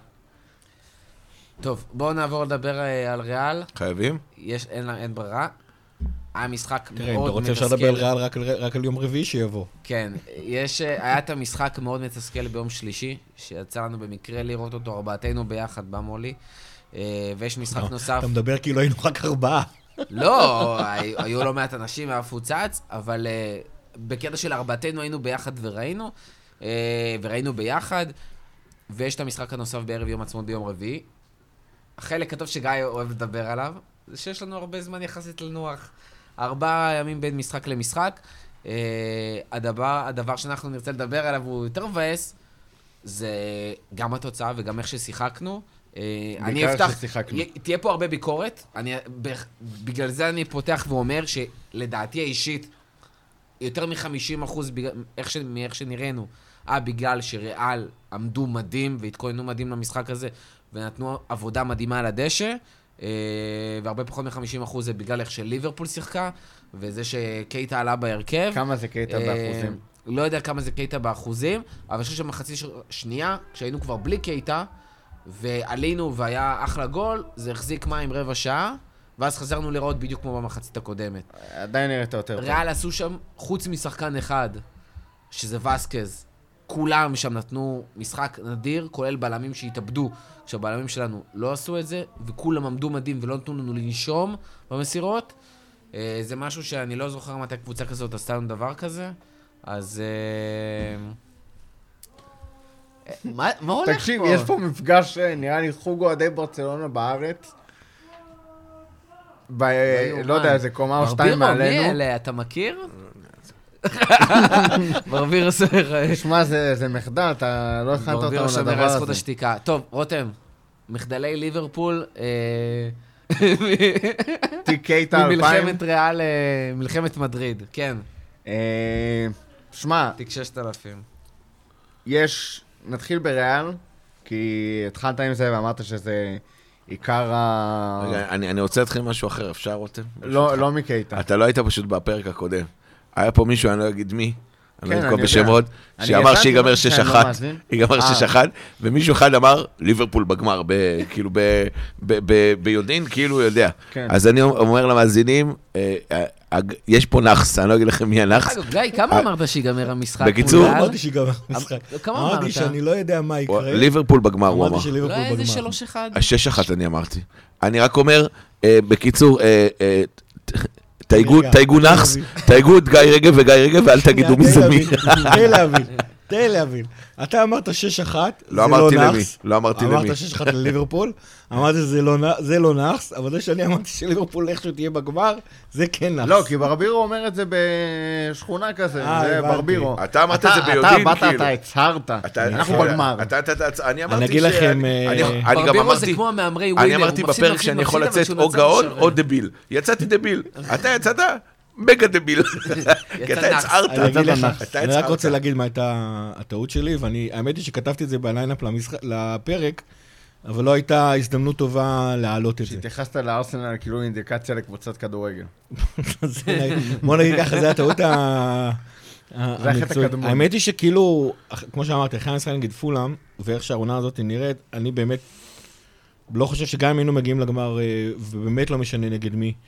Speaker 1: טוב, בואו נעבור לדבר אה, על ריאל.
Speaker 3: חייבים?
Speaker 1: יש, אין, לה- אין ברירה. היה משחק
Speaker 4: תראה, אם
Speaker 1: מאוד
Speaker 4: אתה רוצה אפשר
Speaker 1: מתסכל.
Speaker 4: לדבר על ריאל רק על- רק על יום רביעי שיבוא.
Speaker 1: כן, יש, היה את המשחק מאוד מתסכל ביום שלישי, שיצא לנו במקרה לראות אותו ארבעתנו ביחד במולי, אה, ויש משחק נוסף.
Speaker 4: אתה מדבר כאילו היינו רק ארבעה.
Speaker 1: לא, היו- היו לא מעט אנשים, היה מפוצץ, אבל אה, בקטע של ארבעתנו היינו ביחד וראינו, אה, וראינו ביחד, ויש את המשחק הנוסף בערב יום עצמאות ביום רביעי. החלק הטוב שגיא אוהב לדבר עליו, זה שיש לנו הרבה זמן יחסית לנוח. ארבעה ימים בין משחק למשחק. אה, הדבר, הדבר שאנחנו נרצה לדבר עליו הוא יותר מבאס, זה גם התוצאה וגם איך ששיחקנו. אה, אני
Speaker 2: בעיקר
Speaker 1: אפתח,
Speaker 2: ששיחקנו.
Speaker 1: י- תהיה פה הרבה ביקורת. אני, ב- בגלל זה אני פותח ואומר שלדעתי האישית, יותר מ-חמישים אחוז בגלל, איך ש, מאיך שנראינו, אה, בגלל שריאל עמדו מדהים והתכוננו מדהים למשחק הזה, ונתנו עבודה מדהימה על הדשא, אה, והרבה פחות מ-חמישים אחוז זה בגלל איך שליברפול שיחקה, וזה שקייטה עלה בהרכב.
Speaker 2: כמה זה קייטה
Speaker 1: אה,
Speaker 2: באחוזים?
Speaker 1: לא יודע כמה זה קייטה באחוזים, אבל אני חושב שמחצי ש... שנייה, כשהיינו כבר בלי קייטה, ועלינו והיה אחלה גול, זה החזיק מים רבע שעה, ואז חזרנו לראות בדיוק כמו במחצית הקודמת.
Speaker 2: עדיין נראית יותר טוב.
Speaker 1: ריאל עשו שם, חוץ משחקן אחד, שזה וסקז, כולם שם נתנו משחק נדיר, כולל בלמים שהתאבדו, כשהבלמים שלנו לא עשו את זה, וכולם עמדו מדהים ולא נתנו לנו לנשום במסירות. אה, זה משהו שאני לא זוכר מתי קבוצה כזאת עשתה לנו דבר כזה, אז... אה, אה, מה מה הולך פה?
Speaker 2: תקשיב, יש פה מפגש, אה, נראה לי חוג אוהדי ברצלונה בארץ. ב- לא יודע, איזה קומה או שתיים
Speaker 1: ברבירו, מי
Speaker 2: מעלינו.
Speaker 1: אלה? אתה מכיר? ברבירו סוהר.
Speaker 2: שמע, זה זה מחדל, אתה לא הכנת
Speaker 1: ברבירו
Speaker 2: אותנו
Speaker 1: שומר
Speaker 2: לדבר
Speaker 1: על זכות
Speaker 2: הזה.
Speaker 1: השתיקה. טוב, רותם, מחדלי ליברפול, אה,
Speaker 2: תיק קייטה אלפיים.
Speaker 1: ממלחמת ריאל, אה, מלחמת מדריד, כן,
Speaker 2: אה, שמע,
Speaker 1: תיק ששת אלפים.
Speaker 2: יש, נתחיל בריאל, כי התחלת עם זה ואמרת שזה עיקר ה...
Speaker 3: רגע, אני אני רוצה להתחיל משהו אחר, אפשר רותם?
Speaker 2: לא לא מקייטה.
Speaker 3: אתה לא היית פשוט בפרק הקודם. היה פה מישהו, אני לא אגיד מי, אני לא
Speaker 2: כן,
Speaker 3: אנקוב
Speaker 2: אני יודע.
Speaker 3: בשמות,
Speaker 2: אני
Speaker 3: שאמר
Speaker 2: ידעתי,
Speaker 3: שיגמר
Speaker 2: לא
Speaker 3: שש
Speaker 2: שאני לא
Speaker 3: אחת,
Speaker 2: מאזין.
Speaker 3: ייגמר
Speaker 2: אה.
Speaker 3: שש אחת, ומישהו אחד אמר ליברפול בגמר, ב- כאילו ב- ב- ב- ביודעין, כאילו הוא יודע.
Speaker 2: כן.
Speaker 3: אז אני אומר למאזינים, אה, אה, הג- יש פה נחס, אני לא אגיד לכם מי הנחס.
Speaker 1: אגב, גיא, כמה אמרת שיגמר המשחק?
Speaker 3: בקיצור,
Speaker 1: מול ריאל?
Speaker 4: אמרתי שיגמר המשחק.
Speaker 1: כמה אמרת?
Speaker 4: אמרתי שאני לא יודע מה יקרה.
Speaker 3: ליברפול בגמר, הוא אמר.
Speaker 4: אמרתי
Speaker 1: לא
Speaker 4: שליברפול
Speaker 1: היה איזה
Speaker 4: בגמר.
Speaker 1: שלוש אחד?
Speaker 3: השש אחת אני אמרתי. אני רק אומר, אה, בקיצור, אה, אה, ת- תייגו-
Speaker 4: רגע,
Speaker 3: תייגו
Speaker 4: תן
Speaker 3: נחס,
Speaker 4: להבין.
Speaker 3: תייגו את גיא רגב וגיא רגב, ואל תגידו מי זה מי.
Speaker 4: תן להבין, תן להבין. אתה אמרת שש אחת, זה
Speaker 3: לא
Speaker 4: לא
Speaker 3: אמרתי למי,
Speaker 4: נאחס.
Speaker 3: לא אמרתי למי.
Speaker 4: אמרת שש אחת לליברפול, אמרתי זה לא נ- זה לא נאחס, אבל זה שאני אמרתי שליברפול איכשהו תהיה בגמר, זה כן נאחס.
Speaker 2: לא, כי ברבירו אומר את זה בשכונה כזה,
Speaker 4: אה,
Speaker 2: זה
Speaker 4: הבנתי.
Speaker 2: ברבירו.
Speaker 3: אתה אמרת את זה ביודעין,
Speaker 2: אתה באת,
Speaker 3: כאילו.
Speaker 2: אתה הצהרת,
Speaker 3: אתה-
Speaker 2: אנחנו
Speaker 3: אתה-
Speaker 2: בגמר.
Speaker 3: אתה- אתה- אתה- אני אמרתי
Speaker 4: אני אגיד
Speaker 3: ש-
Speaker 4: לכם,
Speaker 3: אני-
Speaker 4: אה,
Speaker 3: אני- אני גם
Speaker 1: ברבירו זה
Speaker 3: אמרתי,
Speaker 1: כמו המהמרי ווינר,
Speaker 3: אני
Speaker 1: הוא
Speaker 3: אמרתי
Speaker 1: מפסיד,
Speaker 3: בפרק
Speaker 1: מפסיד,
Speaker 3: שאני יכול
Speaker 1: מפסיד, אבל
Speaker 3: לצאת
Speaker 1: כשהוא
Speaker 3: או
Speaker 1: נצח
Speaker 3: גאון
Speaker 1: נשאר.
Speaker 3: או דביל. יצאתי דביל. אתה יצאת מגה דביל. כי אתה
Speaker 1: נאחס.
Speaker 3: הצהרת.
Speaker 4: אני אגיד לך,
Speaker 3: אתה
Speaker 4: אני רק
Speaker 3: הצהרת.
Speaker 4: רוצה להגיד מה הייתה הטעות שלי, ואני, האמת היא שכתבתי את זה בליינאפ למשחק- לפרק, אבל לא הייתה הזדמנות טובה להעלות את זה.
Speaker 2: שהתייחסת לארסנל כאילו אינדיקציה לקבוצת כדורגל.
Speaker 4: אז בוא נגיד ככה, זה הטעות ה-
Speaker 2: זה החטא
Speaker 4: המקצועית.
Speaker 2: הקדמון.
Speaker 4: האמת היא שכאילו, אח- כמו שאמרתי, אחרי המשחק נגד פולאם, ואיך שהעונה הזאת נראית, אני באמת לא חושב שגם אם היינו מגיעים לגמר, אה, ובאמת לא משנה נגד מי,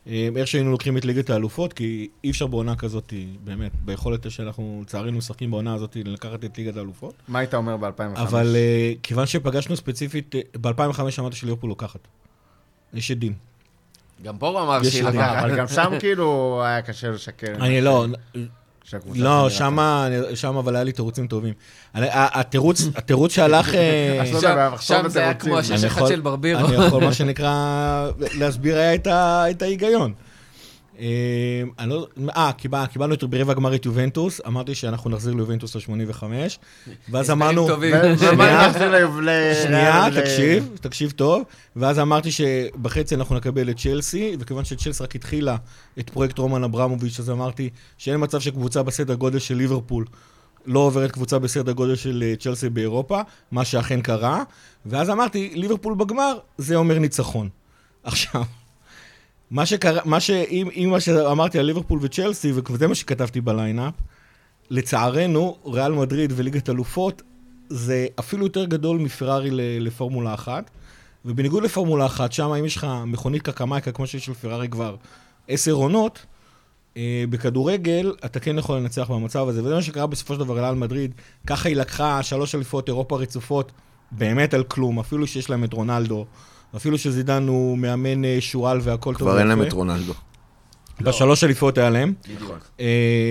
Speaker 4: איך שהיינו לוקחים את ליגת האלופות, כי אי אפשר בעונה כזאת, באמת, ביכולת שאנחנו לצערנו משחקים בעונה הזאת, לקחת את ליגת האלופות.
Speaker 2: מה היית אומר ב-אלפיים וחמש?
Speaker 4: אבל כיוון שפגשנו ספציפית, ב-אלפיים וחמש אמרתי שליברפול לוקחת. יש עדים.
Speaker 1: גם פה הוא אמר
Speaker 4: יש
Speaker 1: שהיא
Speaker 4: עדים.
Speaker 1: לקחת.
Speaker 2: אבל גם שם כאילו היה קשה לשקר.
Speaker 4: אני לא,
Speaker 2: שהקבוצה
Speaker 4: לא,
Speaker 2: שלי
Speaker 4: שמה, שמה אבל היה לי תירוצים טובים. אני- ה- התירוץ, התירוץ שהלך... אה,
Speaker 2: אז לא
Speaker 1: שם-
Speaker 2: יודע, מחסור
Speaker 1: שם זה היה
Speaker 2: בתירוצים.
Speaker 1: כמו
Speaker 4: אני
Speaker 1: השש אחד
Speaker 4: יכול-
Speaker 1: של ברבירו.
Speaker 4: אני יכול, מה שנקרא, להסביר היה את ה- את ההיגיון. אה, אני לא- אה, קיבל- קיבלנו את- ברבע גמר את יובנטוס, אמרתי שאנחנו נחזיר ליובנטוס ל-שמונים וחמש, ואז
Speaker 1: הסברים
Speaker 4: אמרנו...
Speaker 1: טובים.
Speaker 2: ו- ומה
Speaker 4: שנייה.
Speaker 2: אני מחזיר ל... ל-
Speaker 4: שנייה,
Speaker 2: ל-
Speaker 4: תקשיב, תקשיב טוב, ואז אמרתי שבחצי אנחנו נקבל את צ'לסי, וכיוון שצ'לסי רק התחילה את פרויקט רומן אברמוביץ', אז אמרתי שאין מצב שקבוצה בסדר גודל של ליברפול לא עוברת קבוצה בסדר גודל של אה, צ'לסי באירופה, מה שאכן קרה, ואז אמרתי, ליברפול בגמר, זה אומר ניצחון. עכשיו, מה שקרה, מה ש... אם, אם מה שאמרתי על ליברפול וצ'לסי, וזה מה שכתבתי בליינאפ, לצערנו, ריאל מדריד וליגת אלופות, זה אפילו יותר גדול מפרארי ל- לפורמולה אחת, ובניגוד לפורמולה אחת, שם אם יש לך מכונית קקמייקה, כמו שיש לפרארי כבר עשר עונות, אה, בכדורגל אתה כן יכול לנצח במצב הזה, וזה מה שקרה בסופו של דבר ריאל מדריד, ככה היא לקחה שלוש אליפות אירופה רצופות, באמת על כלום, אפילו שיש להם את רונלדו, אפילו שזידן הוא מאמן אה, שועל והכל טוב.
Speaker 3: כבר אין להם
Speaker 4: ויפה.
Speaker 3: את רונלדו.
Speaker 4: בשלוש אליפות היה להם.
Speaker 1: בדיוק.
Speaker 4: אה,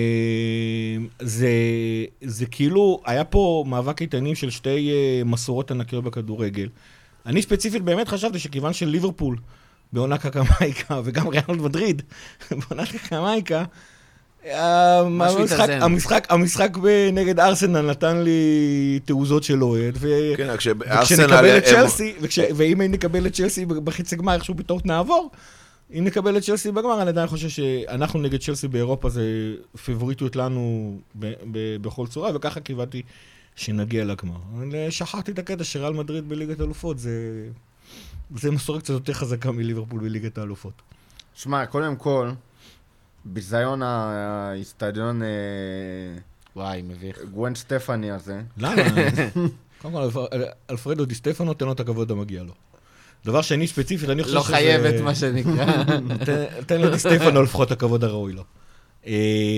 Speaker 4: זה, זה כאילו, היה פה מאבק איתנים של שתי אה, מסורות ענקיות בכדורגל. אני ספציפית באמת חשבתי שכיוון של ליברפול בעונה קקמייקה, וגם ריאל מדריד בעונה קקמייקה, אה,
Speaker 1: משהו
Speaker 4: המשחק,
Speaker 1: התאזן.
Speaker 4: המשחק, המשחק נגד ארסנל נתן לי תעוזות של אוהד, ו...
Speaker 3: כן, רק
Speaker 4: וכשנקבל
Speaker 3: שארסנל...
Speaker 4: את צ'לסי, וכש... ואם נקבל את צ'לסי בחצי גמר, איכשהו פתאום נעבור, אם נקבל את צ'לסי בגמר, אני עדיין חושב שאנחנו נגד צ'לסי באירופה זה פבוריטיות לנו ב- ב- בכל צורה, וככה קיבלתי שנגיע לגמר. אבל שכחתי את הקטע שריאל מדריד בליגת האלופות, זה... זה מסורת קצת יותר חזקה מליברפול בליגת האלופות.
Speaker 2: שמע, קודם כל, ביזיון האיצטדיון אה,
Speaker 1: וואי, מביך.
Speaker 2: גוון סטפני הזה.
Speaker 4: למה? קודם כל, אלפ- אלפרדו די סטפנו נותן לו את הכבוד המגיע לו. דבר שני ספציפית, אני חושב
Speaker 1: לא
Speaker 4: שזה...
Speaker 1: חייבת, מה שנקרא.
Speaker 4: תן- תן לדי סטפנו לפחות את הכבוד הראוי לו. אה,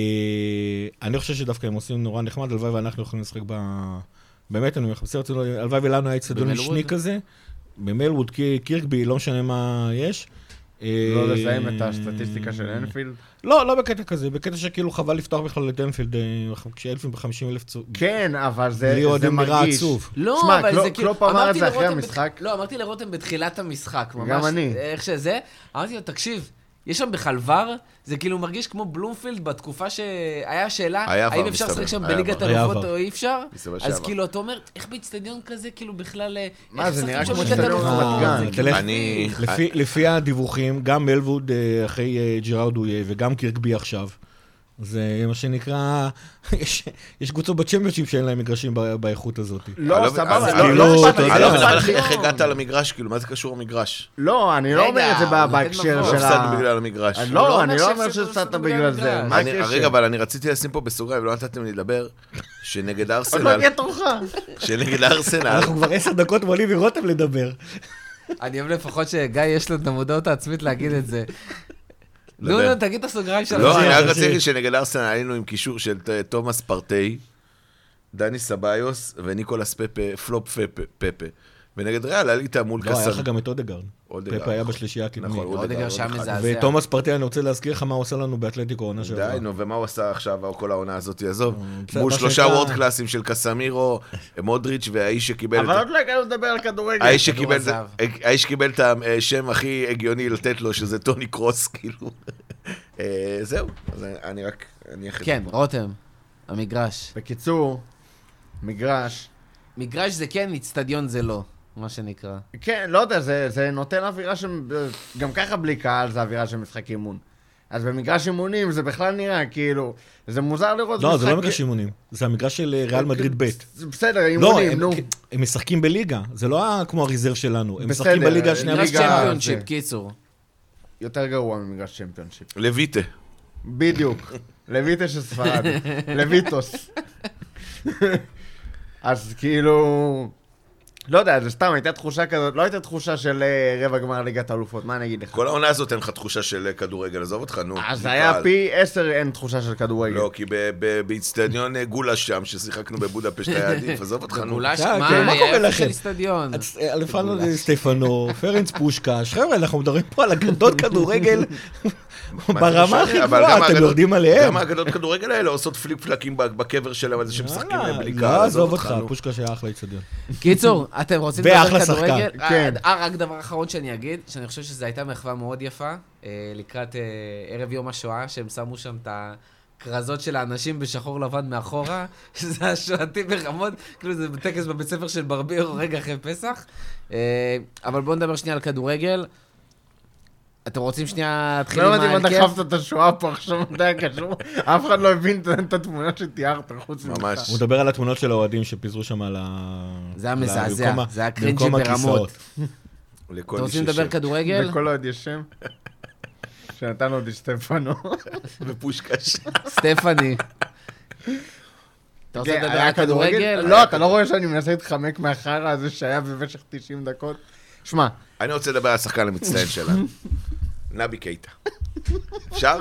Speaker 4: אני חושב שדווקא הם עושים נורא נחמד, הלוואי ואנחנו יכולים לשחק ב... באמת, אני מחפש אצלו, הלוואי ולנו היה אצטדיון
Speaker 1: במלווד?
Speaker 4: משני כזה, במלווד, קי- קירקבי, לא משנה מה יש. אה,
Speaker 2: לא לזהם את הסטטיסטיקה של אנפילד.
Speaker 4: לא, לא בקטע כזה, בקטע שכאילו חבל לפתוח בכלל את אנפילד, אה, כשאלפים ב-חמישים אלף צו...
Speaker 2: כן, אבל זה
Speaker 4: בלי
Speaker 2: זה
Speaker 4: אוהדים נראה
Speaker 2: מרגיש.
Speaker 4: עצוב.
Speaker 1: לא,
Speaker 2: שמע,
Speaker 1: אבל
Speaker 2: קלופ-
Speaker 1: זה כאילו...
Speaker 2: קלופ אמר את
Speaker 1: אמרתי
Speaker 2: זה אחרי
Speaker 1: לרותם
Speaker 2: המשחק.
Speaker 1: בת- לא, אמרתי לרותם בתחילת המשחק, ממש.
Speaker 2: גם אני.
Speaker 1: איך שזה. אמרתי לו, תקשיב, יש שם בכלל ור, זה כאילו מרגיש כמו בלומפילד בתקופה שהיה שאלה,
Speaker 3: היה
Speaker 1: האם
Speaker 3: ור,
Speaker 1: אפשר
Speaker 3: מסתבר.
Speaker 1: לשחק שם
Speaker 3: היה
Speaker 1: בליגת
Speaker 3: ור.
Speaker 4: היה
Speaker 1: אלופות
Speaker 4: ור.
Speaker 1: או אי אפשר?
Speaker 3: מסתבר
Speaker 1: אז
Speaker 3: שהיה ור.
Speaker 1: כאילו, אתה אומר, איך באצטדיון כזה, כאילו בכלל... אה,
Speaker 2: מה,
Speaker 1: איך
Speaker 2: זה
Speaker 1: משחקים
Speaker 2: נראה
Speaker 1: שם
Speaker 2: כמו
Speaker 1: בליגת
Speaker 2: אצטדיון
Speaker 1: אלופות?
Speaker 2: רמת גן.
Speaker 1: זה כאילו
Speaker 4: תלך-
Speaker 3: אני...
Speaker 4: לפי, לפי הדיווחים, גם מלווד אה, אחרי אה, ג'רארד אויה וגם קירקבי עכשיו. זה מה שנקרא, יש, יש קבוצות בצ'מפיונשיפ שאין להם מגרשים ב- באיכות הזאת.
Speaker 2: לא,
Speaker 3: לא,
Speaker 2: סבבה,
Speaker 3: אז
Speaker 2: לא
Speaker 4: כאילו,
Speaker 2: לא אכפת
Speaker 4: אתה
Speaker 2: לי,
Speaker 4: יודע.
Speaker 3: אני לא
Speaker 2: לא
Speaker 3: מבין, אבל
Speaker 2: אכפת לי.
Speaker 3: איך הגעת למגרש? כאילו, מה זה קשור למגרש?
Speaker 2: לא, אני לא
Speaker 1: רגע,
Speaker 2: אומר את זה
Speaker 1: הוא
Speaker 2: ב-
Speaker 1: נותן
Speaker 2: בהקשר
Speaker 1: מבוא.
Speaker 3: לא
Speaker 2: של
Speaker 3: הפסדנו
Speaker 2: ה...
Speaker 3: בגלל המגרש.
Speaker 2: אני
Speaker 1: הוא לא
Speaker 2: לא,
Speaker 1: אומר
Speaker 2: אני לא אומר
Speaker 1: שהפסדנו
Speaker 2: שהפסדת
Speaker 1: בגלל
Speaker 2: בגלל זה.
Speaker 1: המגרש.
Speaker 2: מה
Speaker 3: אני-
Speaker 2: הקשר?
Speaker 3: רגע, אבל אני רציתי לשים פה בסוגריים, ולא נתתם לי לדבר, שנגד
Speaker 2: עוד לא
Speaker 3: ארסנל,
Speaker 2: הגיע תורך.
Speaker 3: שנגד ארסנל,
Speaker 4: אנחנו כבר עשר דקות מעולים מרותם לדבר.
Speaker 1: אני אוהב לפחות שגיא יש לו את המודעות העצמית להגיד את זה. נו,
Speaker 3: דבר.
Speaker 1: נו, תגיד את הסוגריים שלך.
Speaker 3: לא, אני רק
Speaker 4: זה-
Speaker 3: רציתי שנגד ארסנל היינו עם קישור של ת- תומאס פרטי, דני סביוס וניקולס פפה, פלופ פפה, פפה. ונגד ריאל עלית מול
Speaker 4: לא, היה לך
Speaker 3: קסם.
Speaker 4: גם את אודגרד.
Speaker 3: אודגרד.
Speaker 4: פפה היה בשלישייה הקדמית.
Speaker 3: נכון,
Speaker 1: אודגרד
Speaker 3: אודגרד,
Speaker 1: שם
Speaker 3: אחד.
Speaker 1: מזעזע.
Speaker 4: ותומאס פרטי, אני רוצה להזכיר לך מה הוא עושה לנו באתלטיקו עונה שעברה.
Speaker 3: די, נו, ומה הוא עשה עכשיו, כל העונה הזאת, עזוב.
Speaker 4: בסדר,
Speaker 3: מול
Speaker 4: מה
Speaker 3: שלושה
Speaker 4: שנקרא-
Speaker 3: וורד קלאסים של קסמירו, מודריץ' והאיש שקיבל
Speaker 2: אבל
Speaker 3: את...
Speaker 2: עוד לא הגענו לדבר על כדורגל.
Speaker 3: האיש
Speaker 1: כדור
Speaker 3: שקיבל את-
Speaker 1: הזהב.
Speaker 3: האיש שקיבל את השם הכי הגיוני לתת לו, שזה טוני קרוס, כאילו. אה, זהו, אז אני רק... אני אחרי
Speaker 1: כן,
Speaker 3: זה פה.
Speaker 1: רותם, המגרש.
Speaker 2: בקיצור, מגרש.
Speaker 1: מגרש זה כן, אצטדיון זה לא, מה שנקרא.
Speaker 2: כן, לא יודע, זה, זה נותן אווירה של... גם ככה בלי קהל זה אווירה של משחק אימון. אז במגרש אימונים זה בכלל נראה כאילו... זה מוזר לראות
Speaker 4: לא,
Speaker 2: משחק...
Speaker 4: זה לא מגרש אימונים. זה המגרש של אה, ריאל מדריד ב'.
Speaker 2: זה בסדר,
Speaker 4: לא,
Speaker 2: אימונים,
Speaker 4: הם-
Speaker 2: נו.
Speaker 4: הם משחקים בליגה. זה לא היה כמו הריזרב שלנו. הם
Speaker 2: בסדר,
Speaker 4: משחקים בליגה השנייה.
Speaker 1: מגרש
Speaker 2: ליגה
Speaker 1: צ'מפיונשיפ,
Speaker 2: זה.
Speaker 1: קיצור.
Speaker 2: יותר גרוע ממגרש צ'מפיונשיפ.
Speaker 3: לויטה.
Speaker 2: בדיוק. לויטה של ספרד. לויטוס. אז כאילו... לא יודע, זה סתם, הייתה תחושה כזאת, לא הייתה תחושה של רבע גמר ליגת האלופות, מה אני אגיד לך?
Speaker 3: כל העונה הזאת אין לך תחושה של כדורגל, עזוב אותך, נו.
Speaker 2: אז זה היה פי עשר אין תחושה של כדורגל.
Speaker 3: לא, כי באיצטדיון גולש שם, ששיחקנו בבודפשט היה עדיף, עזוב אותך, נו.
Speaker 1: גולש,
Speaker 4: כן,
Speaker 1: מה,
Speaker 4: כן, מה קורה
Speaker 1: היה איפה
Speaker 4: לכם?
Speaker 1: של איצטדיון.
Speaker 4: אלפנו סטפנו, פרנץ פושקש, חבר'ה, אנחנו מדברים פה על אגדות כדורגל ברמה הכי גבוהה, אתם יורדים עליהם.
Speaker 3: גם האגדות כדורגל האלה עושות פליפ פלקים בקבר שלהם, על זה שמשחקים בלי קהל,
Speaker 4: לא, עזוב אותך, פושקש היה אחלה איצטדיון.
Speaker 1: קיצור, אתם רוצים
Speaker 4: ואחלה
Speaker 1: לדבר כדורגל?
Speaker 4: שחקן,
Speaker 2: כן.
Speaker 1: אה, רק דבר אחרון שאני אגיד, שאני חושב שזו הייתה מחווה מאוד יפה, אה, לקראת אה, ערב יום השואה, שהם שמו שם את הכרזות של האנשים בשחור לבן מאחורה, שזה השואתי ברמות, כאילו זה טקס בבית ספר של ברבירו רגע אחרי פסח. אה, אבל בואו נדבר שנייה על כדורגל. אתם רוצים שנייה להתחיל עם
Speaker 2: לא יודעים מה
Speaker 1: ההרכב?
Speaker 2: דחפת את השואה פה עכשיו, אתה יודע, קשור. אף אחד לא הבין את התמונה שתיארת חוץ ממך.
Speaker 3: ממש.
Speaker 4: הוא מדבר על התמונות של האוהדים שפיזרו שם על ה...
Speaker 1: זה היה מזעזע,
Speaker 4: במקום ה-
Speaker 1: זה היה קרינג'י
Speaker 4: במקום
Speaker 1: ברמות.
Speaker 4: הכיסאות.
Speaker 3: לכל
Speaker 1: אתם
Speaker 3: מי
Speaker 1: רוצים
Speaker 3: שישב.
Speaker 1: לדבר כדורגל?
Speaker 2: וכל עוד יש שם. שנתן עוד סטפנו.
Speaker 3: ופושקש.
Speaker 1: סטפני. אתה רוצה
Speaker 2: כן,
Speaker 1: לדבר
Speaker 2: היה
Speaker 1: על כדורגל?
Speaker 2: לא, אתה לא רואה שאני מנסה להתחמק מהחרא הזה שהיה במשך תשעים דקות? שמע,
Speaker 3: אני רוצה לדבר על השחקן המצטיין שלנו. נבי קייטה. אפשר?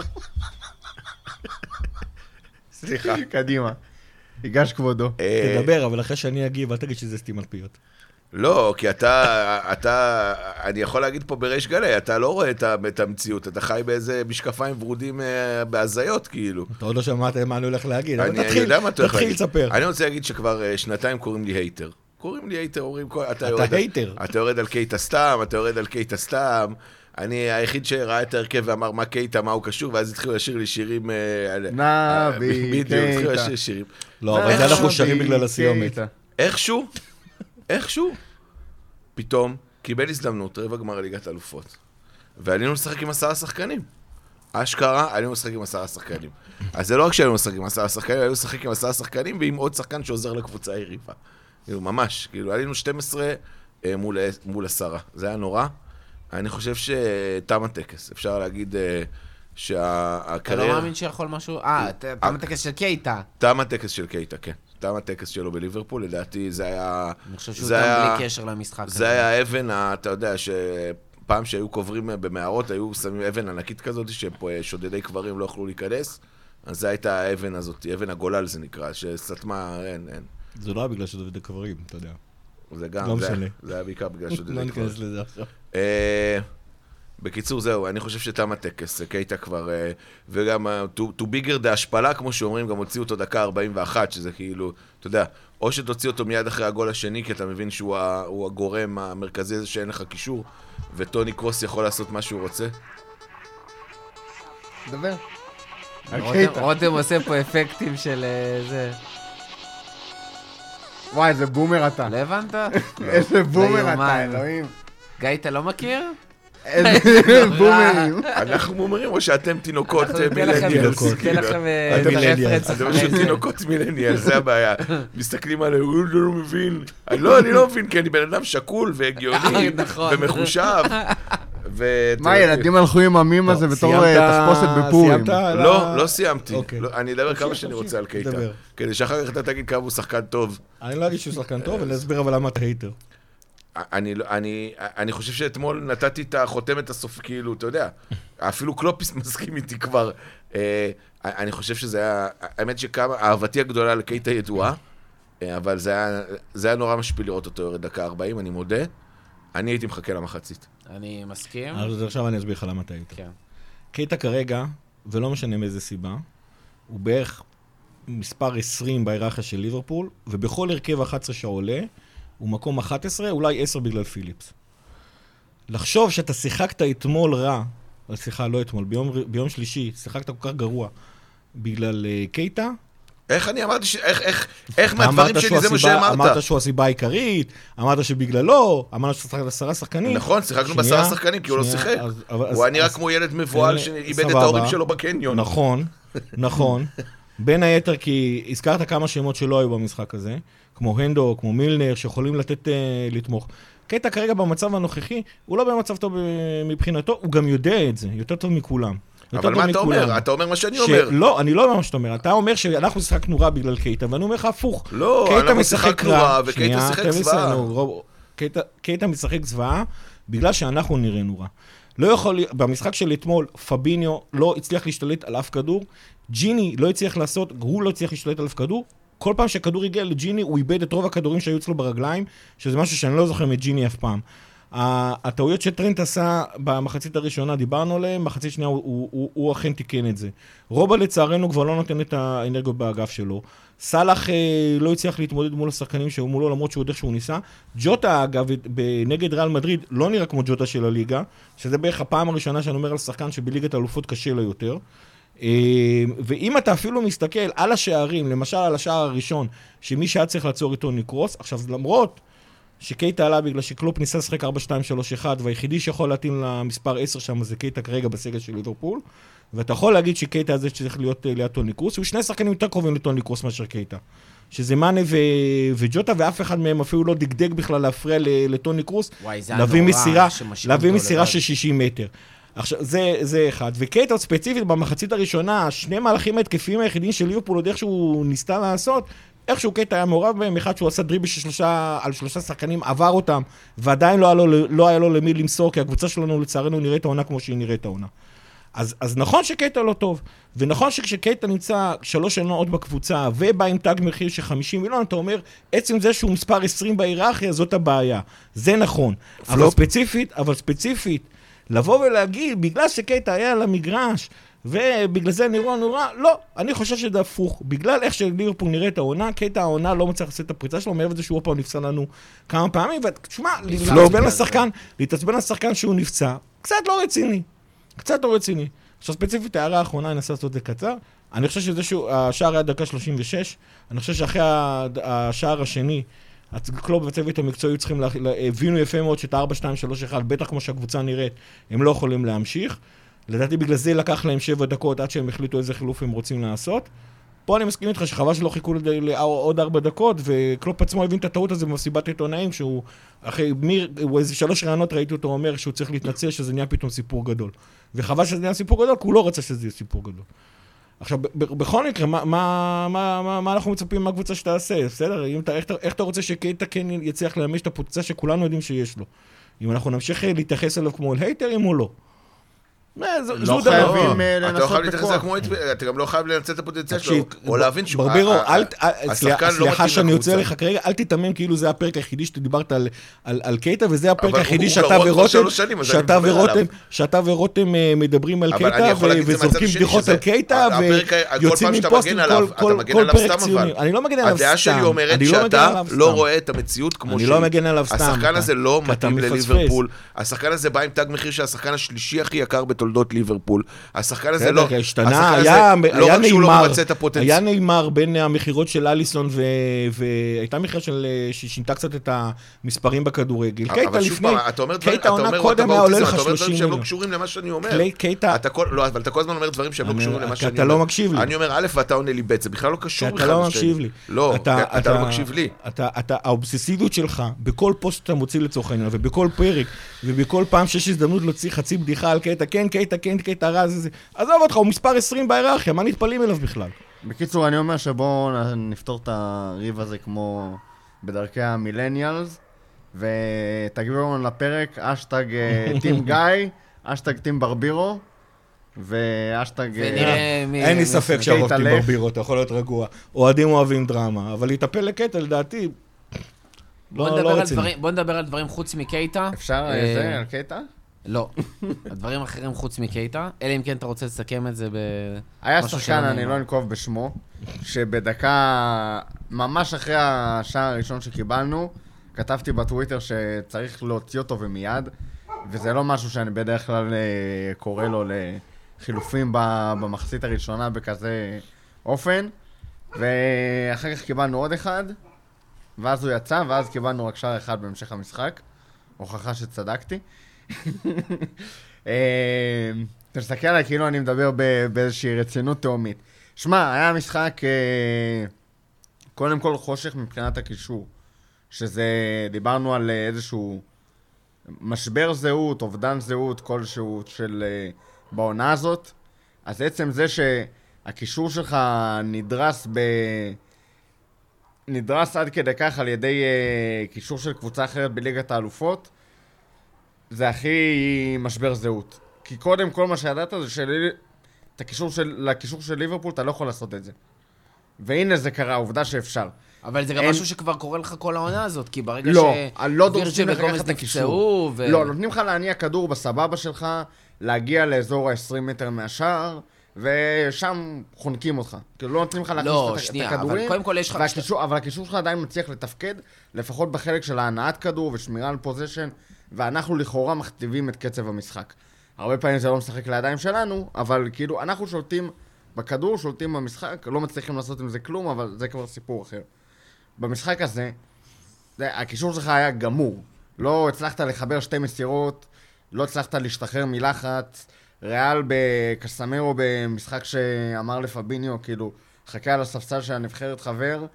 Speaker 3: סליחה.
Speaker 2: קדימה. ייגש כבודו.
Speaker 3: אה,
Speaker 4: תדבר, אבל אחרי שאני אגיב, אל תגיד שזה סתימת פיות.
Speaker 3: לא, כי אתה, אתה, אני יכול להגיד פה בריש גלי, אתה לא רואה את ה- את המציאות, אתה חי באיזה משקפיים ורודים אה, בהזיות, כאילו.
Speaker 4: אתה עוד לא שמעת מה אני הולך להגיד, אבל
Speaker 3: אני אני
Speaker 4: תתחיל,
Speaker 3: יודע מה אתה הולך
Speaker 4: תתחיל
Speaker 3: להגיד.
Speaker 4: לספר.
Speaker 3: אני רוצה להגיד שכבר אה, שנתיים קוראים לי הייטר. קוראים לי הייטר, אומרים, כל- אתה
Speaker 4: אתה
Speaker 3: יורד...
Speaker 4: הייטר.
Speaker 3: אתה יורד על קייטה סתם, אתה יורד על קייטה סתם. אני היחיד שראה את ההרכב ואמר מה קייטה, מה הוא קשור, ואז התחילו לשיר לי שירים... אה, על-
Speaker 2: נבי
Speaker 3: אה, בדיוק, התחילו
Speaker 2: קייטה.
Speaker 3: לשיר שירים.
Speaker 4: לא, אבל זה
Speaker 3: איכשהו
Speaker 4: אנחנו שרים בגלל הסיומת.
Speaker 2: קייטה.
Speaker 3: איכשהו, איכשהו, פתאום קיבל הזדמנות, רבע גמר ליגת אלופות. ועלינו לשחק עם עשרה שחקנים. אשכרה, עלינו לשחק עם עשרה שחקנים. אז זה לא רק שעלינו לשחק עם עשרה שחקנים, עלינו לשחק עם עשרה שחקנים ועם עוד שחקן שעוזר לקבוצה היריבה. כאילו, ממש, כאילו, עלינו שתים עשרה אה, מול, מול עשרה. זה היה נורא. אני חושב שתם הטקס. אפשר להגיד אה,
Speaker 1: אתה
Speaker 3: שהקריירה...
Speaker 1: לא מאמין שיכול משהו? אה, אתה מטקס של קייטה.
Speaker 3: תם הטקס של קייטה, כן. תם הטקס שלו בליברפול, לדעתי זה היה...
Speaker 1: אני חושב שהוא
Speaker 3: זה
Speaker 1: תם
Speaker 3: היה-
Speaker 1: בלי קשר למשחק הזה.
Speaker 3: זה היה אבן, ה- אתה יודע, שפעם שהיו קוברים במערות, היו שמים אבן ענקית כזאת, ששודדי קברים לא יכלו להיכנס, אז זו הייתה האבן הזאת, אבן הגולל זה נקרא, שסתמה, אין, אין.
Speaker 4: זה לא היה בגלל שזה דודי קברים, אתה יודע.
Speaker 3: זה גם,
Speaker 4: לא
Speaker 3: זה,
Speaker 4: משנה.
Speaker 3: זה היה בעיקר בגלל
Speaker 4: לא
Speaker 3: שודדי קברים.
Speaker 4: ניכנס לזה עכשיו.
Speaker 3: אה, בקיצור, זהו, אני חושב שתם הטקס, קייטה כבר, אה, וגם אה, to, to bigger the השפלה, כמו שאומרים, גם הוציאו אותו דקה ארבעים ואחת, שזה כאילו, אתה יודע, או שתוציא אותו מיד אחרי הגול השני, כי אתה מבין שהוא ה- הוא הגורם המרכזי הזה שאין לך קישור, וטוני קרוס יכול לעשות מה שהוא רוצה.
Speaker 2: דבר. על
Speaker 1: רותם-
Speaker 2: קייטה.
Speaker 1: רותם עושה פה אפקטים של אה, זה.
Speaker 2: וואי, איזה בומר אתה.
Speaker 1: לא הבנת?
Speaker 2: איזה בומר
Speaker 1: יאומן.
Speaker 2: אתה, אלוהים.
Speaker 1: גיא, אתה לא מכיר?
Speaker 2: איזה בומרים.
Speaker 3: אנחנו מומרים, או שאתם תינוקות
Speaker 1: אנחנו ניתן לכם-
Speaker 3: מילניאלס.
Speaker 1: ניתן לכם אה,
Speaker 3: אתם
Speaker 1: את הרפרנס
Speaker 3: אתם
Speaker 1: אחרי
Speaker 3: פשוט
Speaker 1: זה.
Speaker 3: תינוקות מילניאלס, זה הבעיה. מסתכלים עליהם, הוא לא מבין. אני לא, אני לא מבין, כי אני בן אדם שקול והגיוני,
Speaker 1: נכון.
Speaker 3: ומחושב. ו-
Speaker 2: מה, ילדים הלכו עם המים הזה בתור
Speaker 4: סיימת-
Speaker 2: אה, תחפושת בפורים.
Speaker 4: סיימת על ה-
Speaker 3: לא, לא סיימתי.
Speaker 4: אוקיי.
Speaker 3: לא, אני אדבר כמה
Speaker 4: תמשיך,
Speaker 3: שאני
Speaker 4: תמשיך,
Speaker 3: רוצה על קייטה.
Speaker 4: תדבר.
Speaker 3: כדי שאחר כך אתה תגיד כמה הוא שחקן טוב.
Speaker 4: אני לא אגיד שהוא שחקן טוב, אני אסביר אבל למה אתה הייטר.
Speaker 3: אני, לא- אני, אני חושב שאתמול נתתי את החותמת הסוף, כאילו, אתה יודע, אפילו קלופיס מסכים איתי כבר. אה, אני חושב שזה היה, האמת שכמה, אהבתי הגדולה לקייטה ידועה, אה, אבל זה היה, זה היה נורא משפיל לראות אותו יורד דקה ארבעים, אני מודה. אני הייתי מחכה למחצית.
Speaker 1: אני מסכים.
Speaker 4: אז עכשיו אני אסביר לך למה אתה הייטר.
Speaker 1: כן.
Speaker 4: קייטה כרגע, ולא משנה מאיזה סיבה, הוא בערך מספר עשרים בהיררכיה של ליברפול, ובכל הרכב אחת עשרה שעולה, הוא מקום אחת עשרה, אולי עשר בגלל פיליפס. לחשוב שאתה שיחקת אתמול רע, סליחה, לא אתמול, ביום, ביום שלישי, שיחקת כל כך גרוע בגלל uh, קייטה,
Speaker 3: איך אני אמרתי, ש... איך, איך, איך
Speaker 4: אמרת
Speaker 3: מהדברים
Speaker 4: שהוא
Speaker 3: שלי זה מה
Speaker 4: הסיבה-
Speaker 3: שאמרת?
Speaker 4: אמרת שהוא הסיבה העיקרית, אמרת שבגללו, אמרת ששיחקת עשרה שחקנים.
Speaker 3: נכון, שיחקנו
Speaker 4: שנייה,
Speaker 3: בעשרה שחקנים, כי הוא לא
Speaker 4: שנייה,
Speaker 3: שיחק.
Speaker 4: אז- אבל-
Speaker 3: הוא היה
Speaker 4: אז-
Speaker 3: נראה
Speaker 4: אז-
Speaker 3: כמו ילד מבוהל
Speaker 4: אה,
Speaker 3: שאיבד את
Speaker 4: סבבה.
Speaker 3: ההורים שלו בקניון.
Speaker 4: נכון, נכון. בין היתר כי הזכרת כמה שמות שלא היו במשחק הזה, כמו הנדו, כמו מילנר, שיכולים לתת, uh, לתמוך. קייטה כרגע במצב הנוכחי, הוא לא במצב טוב uh, מבחינתו, הוא גם יודע את זה, יותר טוב מכולם. יותר
Speaker 3: אבל
Speaker 4: טוב
Speaker 3: מה אתה
Speaker 4: מכולם.
Speaker 3: אומר? אתה אומר מה שאני
Speaker 4: ש-
Speaker 3: אומר.
Speaker 4: לא, אני לא אומר מה שאתה אומר. אתה אומר שאנחנו שיחקנו רע בגלל קייטה, ואני אומר לך הפוך.
Speaker 3: לא,
Speaker 4: קייטה
Speaker 3: אנחנו
Speaker 4: משחק
Speaker 3: שיחקנו
Speaker 4: רע.
Speaker 3: רע, וקייטה
Speaker 4: שנייה,
Speaker 3: שיחק
Speaker 4: תן לי
Speaker 3: זוועה.
Speaker 4: לסיים, נו, רוב- קייטה, קייטה משחק זוועה, בגלל שאנחנו נראינו רע. לא יכול, במשחק של אתמול, פביניו לא הצליח להשתלט על אף כדור, ג'יני לא הצליח לעשות, הוא לא הצליח להשתלט על אף כדור, כל פעם שהכדור הגיע לג'יני, הוא איבד את רוב הכדורים שהיו אצלו ברגליים, שזה משהו שאני לא זוכר מג'יני אף פעם. הטעויות שטרנט עשה במחצית הראשונה, דיברנו עליהם, מחצית שנייה הוא, הוא, הוא, הוא אכן תיקן את זה. רובה לצערנו כבר לא נותן את האנרגיות באגף שלו. סלאח אה, לא הצליח להתמודד מול השחקנים שהוא מולו, למרות שהוא יודע שהוא ניסה. ג'וטה, אגב, נגד ריאל מדריד, לא נראה כמו ג'וטה של הליגה, שזה בערך הפעם הראשונה שאני אומר על שחקן שבליגת האלופות קשה לו יותר. ואם אתה אפילו מסתכל על השערים, למשל על השער הראשון, שמי שהיה צריך לעצור איתו נקרוס, עכשיו למרות שקייטה עלה בגלל שקלופ ניסה לשחק ארבע שתיים שלוש אחת, והיחידי שיכול להתאים למספר עשר שם זה קייטה כרגע בסגל של ליברפול, ואתה יכול להגיד שקייטה הזה שצריך להיות ליד טוני קרוס, ושני שחקנים יותר קרובים לטוני קרוס מאשר קייטה, שזה מאנה ו... וג'וטה, ואף אחד מהם אפילו לא דגדג בכלל להפריע לטוני קרוס, להביא מסירה, להביא מסירה של שישים מטר. עכשיו, זה, זה אחד. וקייטה ספציפית במחצית הראשונה, שני מהלכים ההתקפיים היחידים של ליברפול, עוד איכשהו ניסתה לעשות, איכשהו קייטה היה מעורב בהם, אחד שהוא עשה דריבל של שלושה, על שלושה שחקנים, עבר אותם, ועדיין לא היה לו, לא היה לו למי למסור, כי הקבוצה שלנו לצערנו נראית העונה כמו שהיא נראית העונה. אז, אז נכון שקייטה לא טוב, ונכון שכשקייטה נמצא שלוש עונות בקבוצה, ובא עם תג מחיר של חמישים מיליון, אתה אומר, עצם זה שהוא מספר עשרים בהיררכיה, זאת הבעיה. זה נכון. אבל ספציפית, אבל ספציפית, לבוא ולהגיד, בגלל שקייטה היה על המגרש, ובגלל זה נראה נורא, לא, אני חושב שזה הפוך. בגלל איך שליברפול נראה את העונה, קייטה העונה לא מצליח לעשות את הפריצה שלו, מעבר לזה שהוא פעם נפצע לנו כמה פעמים, ותשמע, להתעצבן לשחקן, להתעצבן לשחקן שהוא נפצע, קצת לא רציני. קצת לא רציני. עכשיו ספציפית, הערה האחרונה, אני אנסה לעשות את זה קצר, אני חושב שזה שהשער היה דקה שלושים ושש, אני חושב שאחרי השער השני, קלופ והצוות המקצועי צריכים, הבינו יפה מאוד שאת ה-ארבע שתיים שלוש אחת, בטח כמו שהקבוצה נראית, הם לא יכולים להמשיך. לדעתי בגלל זה לקח להם שבע דקות עד שהם החליטו איזה חילוף הם רוצים לעשות. פה אני מסכים איתך שחבל שלא חיכו לעוד ארבע דקות, וקלופ עצמו הבין את הטעות הזה במסיבת עיתונאים, שהוא אחרי מיר, איזה שלוש רעיונות ראיתי אותו אומר שהוא צריך להתנצל, שזה נהיה פתאום סיפור גדול. וחבל שזה נהיה סיפור גדול, כי הוא לא רצה שזה יהיה סיפור גדול. עכשיו, בכל מקרה, מה, מה, מה, מה, מה אנחנו מצפים מהקבוצה שתעשה? בסדר? אתה, איך, איך אתה רוצה שקייטה כן יצליח להמש את הפוטנציאל שכולנו יודעים שיש לו? אם אנחנו נמשיך להתייחס אליו כמו אל הייטרים או לא?
Speaker 2: לא חייבים לנסות בכוח.
Speaker 3: אתה גם לא חייב לנצל את הפוטנציאל שלו, או להבין שהוא...
Speaker 4: ברבירו, סליחה שאני יוצא לך כרגע, אל תתאמן כאילו זה הפרק היחידי שדיברת על קייטה, וזה הפרק היחידי שאתה ורותם שאתה ורותם מדברים על קייטה, וזורקים בדיחות על קייטה, ויוצאים מפוסטים כל פרק ציוני. אני לא מגן עליו סתם.
Speaker 3: הדעה שלי אומרת שאתה לא רואה את המציאות כמו שהיא.
Speaker 4: אני לא מגן עליו סתם.
Speaker 3: השחקן הזה לא מתאים לליברפול. השחקן הזה בא עם תג מחיר שהשחקן השלישי הכי יקר בתולדות ליברפול. השחקן הזה לא...
Speaker 4: השתנה, היה נאמר, היה נאמר בין המחירות של אליסון, והייתה מחירה ששינתה קצת את המספרים בכדורגל. קייטה לפני, קייטה עונה קודם היה עולה לך שלושים מיליון.
Speaker 3: שהם לא קשורים למה שאני אומר.
Speaker 4: קייטה...
Speaker 3: לא, אבל אתה כל הזמן אומר דברים שהם לא קשורים למה שאני אומר.
Speaker 4: אתה לא מקשיב לי.
Speaker 3: אני אומר א' ואתה עונה לי ב', זה בכלל לא קשור.
Speaker 4: אתה לא מקשיב לי.
Speaker 3: לא, אתה לא מקשיב לי.
Speaker 4: האובססיביות שלך, בכל פוסט אתה מוציא לצורך העניין, ובכל פרק, ובכל פעם שיש הזדמנות להוציא חצי בדיחה על קייטה, כן, קייטה, כן, קייטה רע, זה זה. עזוב אותך, הוא מספר עשרים בהיררכיה, מה נתפלים אליו בכלל?
Speaker 2: בקיצור, אני אומר שבואו נפתור את הריב הזה כמו בדרכי המילניאלס, ותגיבו לנו לפרק, אשטג טים גיא, אשטג טים ברבירו, ואשטג...
Speaker 4: אין לי ספק שהרוב טים ברבירו, אתה יכול להיות רגוע. אוהדים אוהבים דרמה, אבל להתאפל לקייטה, לדעתי, לא רציני.
Speaker 1: בוא נדבר על דברים חוץ מקייטה.
Speaker 2: אפשר זה, על קייטה?
Speaker 1: לא, הדברים אחרים חוץ מקייטה, אלא אם כן אתה רוצה לסכם את זה ב...
Speaker 2: היה שחקן, אני לא נקוב בשמו, שבדקה, ממש אחרי השער הראשון שקיבלנו, כתבתי בטוויטר שצריך להוציא אותו ומיד, וזה לא משהו שאני בדרך כלל קורא לו לחילופים במחצית הראשונה בכזה אופן, ואחר כך קיבלנו עוד אחד, ואז הוא יצא, ואז קיבלנו רק שער אחד בהמשך המשחק, הוכחה שצדקתי. תסתכל עליי כאילו אני מדבר באיזושהי רצינות תאומית. שמע, היה משחק קודם כל חושך מבחינת הקישור, שזה, דיברנו על איזשהו משבר זהות, אובדן זהות כלשהו של בעונה הזאת. אז עצם זה שהקישור שלך נדרס ב... נדרס עד כדי כך על ידי uh, קישור של קבוצה אחרת בליגת האלופות, זה הכי משבר זהות. כי קודם כל מה שידעת זה שלקישור של, לקישור של ליברפול אתה לא יכול לעשות את זה. והנה זה קרה, העובדה שאפשר.
Speaker 1: אבל זה גם
Speaker 2: אין...
Speaker 1: משהו שכבר קורה לך כל העונה הזאת, כי ברגע
Speaker 2: לא,
Speaker 1: ש...
Speaker 2: לא דורשים לך לקחת את הקישור.
Speaker 1: ו...
Speaker 2: לא, נותנים לך להניע כדור בסבבה שלך, להגיע לאזור ה-עשרים מטר מהשער, ושם חונקים אותך. כאילו לא נותנים לך להכניס
Speaker 1: לא,
Speaker 2: את
Speaker 1: שנייה,
Speaker 2: הכדורים.
Speaker 1: אבל קודם כל יש לך...
Speaker 2: והקישור, אבל הקישור שלך עדיין מצליח לתפקד, לפחות בחלק של ההנעת כדור ושמירה על פוזיישן, ואנחנו לכאורה מכתיבים את קצב המשחק. הרבה פעמים זה לא משחק לידיים שלנו, אבל כאילו אנחנו שולטים בכדור, שולטים במשחק, לא מצליחים לעשות עם זה כלום, אבל זה כבר סיפור אחר. במשחק הזה, הקישור שלך היה גמור. לא הצלחת לחבר שתי מסירות, לא הצלחת להשתחרר מלחץ. ריאל בקסמרו במשחק שאמר לפביניו, כאילו, חכה על הספסל של הנבחרת חבר.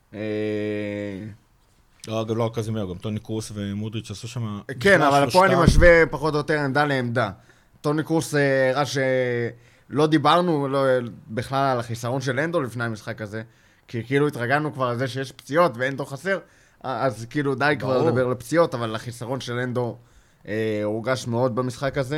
Speaker 4: לא, לא קזימרו, גם טוני קרוס ומודריץ' עשו שם...
Speaker 2: כן, אבל פה אני משווה פחות או יותר עמדה לעמדה. טוני קרוס הראה שלא דיברנו בכלל על החיסרון של אנדו לפני המשחק הזה, כי כאילו התרגלנו כבר על זה שיש פציעות ואנדו חסר, אז כאילו די כבר לדבר לפציעות, אבל החיסרון של אנדו הורגש מאוד במשחק הזה.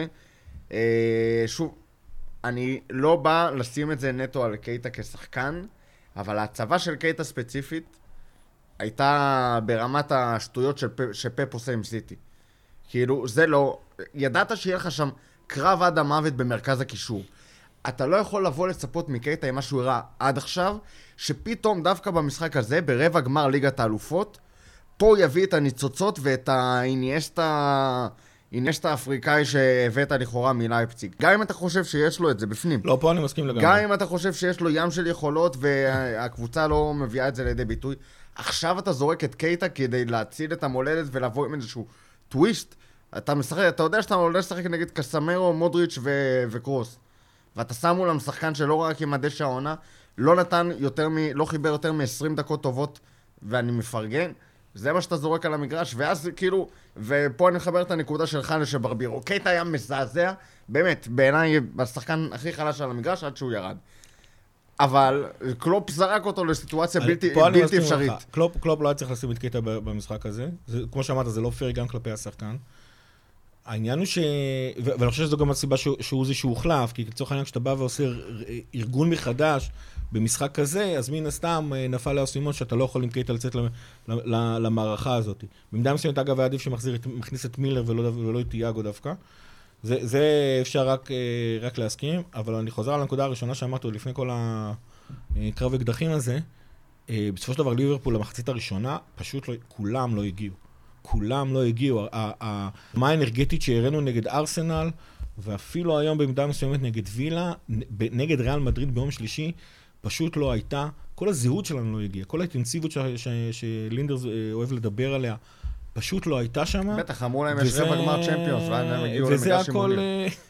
Speaker 2: שוב, אני לא בא לשים את זה נטו על קייטה כשחקן, אבל ההצבה של קייטה ספציפית הייתה ברמת השטויות של פ... שפפ עושה עם סיטי. כאילו, זה לא... ידעת שיהיה לך שם קרב עד המוות במרכז הקישור. אתה לא יכול לבוא לצפות מקייטה עם מה שהוא הראה עד עכשיו, שפתאום דווקא במשחק הזה, ברבע גמר ליגת האלופות, פה יביא את הניצוצות ואת האינייסטה... אינייסטה האפריקאי שהבאת לכאורה מלייפציג. גם אם אתה חושב שיש לו את זה בפנים.
Speaker 4: לא, פה אני מסכים לגמרי.
Speaker 2: גם אם אתה חושב שיש לו ים של יכולות והקבוצה לא מביאה את זה לידי ביטוי, עכשיו אתה זורק את קייטה כדי להציל את המולדת ולבוא עם איזשהו טוויסט. אתה משחק, אתה יודע שאתה הולך לשחק נגד קסמרו, מודריץ' ו- וקרוס. ואתה שם מולם שחקן שלא רק עם הדשא העונה, לא נתן יותר מ... לא חיבר יותר מ-עשרים דקות טובות, ואני מפרגן. זה מה שאתה זורק על המגרש, ואז כאילו, ופה אני מחבר את הנקודה שלך לשברבירו. קייטה היה מזעזע, באמת, בעיניי, השחקן הכי חלש על המגרש עד שהוא ירד. אבל קלופ זרק אותו לסיטואציה בלתי, בלתי אפשרית.
Speaker 4: קלופ, קלופ לא היה צריך לשים את קייטה במשחק הזה. זה, כמו שאמרת, זה לא פייר גם כלפי השחקן. העניין הוא ש... ו- ואני חושב שזו גם הסיבה שהוא, שהוא זה שהוחלף, כי לצורך העניין כשאתה בא ועושה ארגון מחדש במשחק כזה, אז מן הסתם נפל לאסימון שאתה לא יכול עם קייטה לצאת למערכה הזאת. במידה מסוימת, אגב, היה עדיף שמכניס את מילר ולא, ולא את תיאגו דווקא. זה, זה אפשר רק, רק להסכים, אבל אני חוזר על הנקודה הראשונה שאמרתי לפני כל הקרב אקדחים הזה. בסופו של דבר ליברפול למחצית הראשונה, פשוט לא, כולם לא הגיעו. כולם לא הגיעו. הרמה האנרגטית שהראינו נגד ארסנל, ואפילו היום במידה מסוימת נגד וילה, נגד ריאל מדריד ביום שלישי, פשוט לא הייתה. כל הזהות שלנו לא הגיעה. כל האינטנסיביות שלינדר אוהב לדבר עליה, פשוט לא הייתה שם.
Speaker 2: בטח, אמרו להם יש רבע גמר צ'מפיונס, ואז הם הגיעו למגרש אימונים.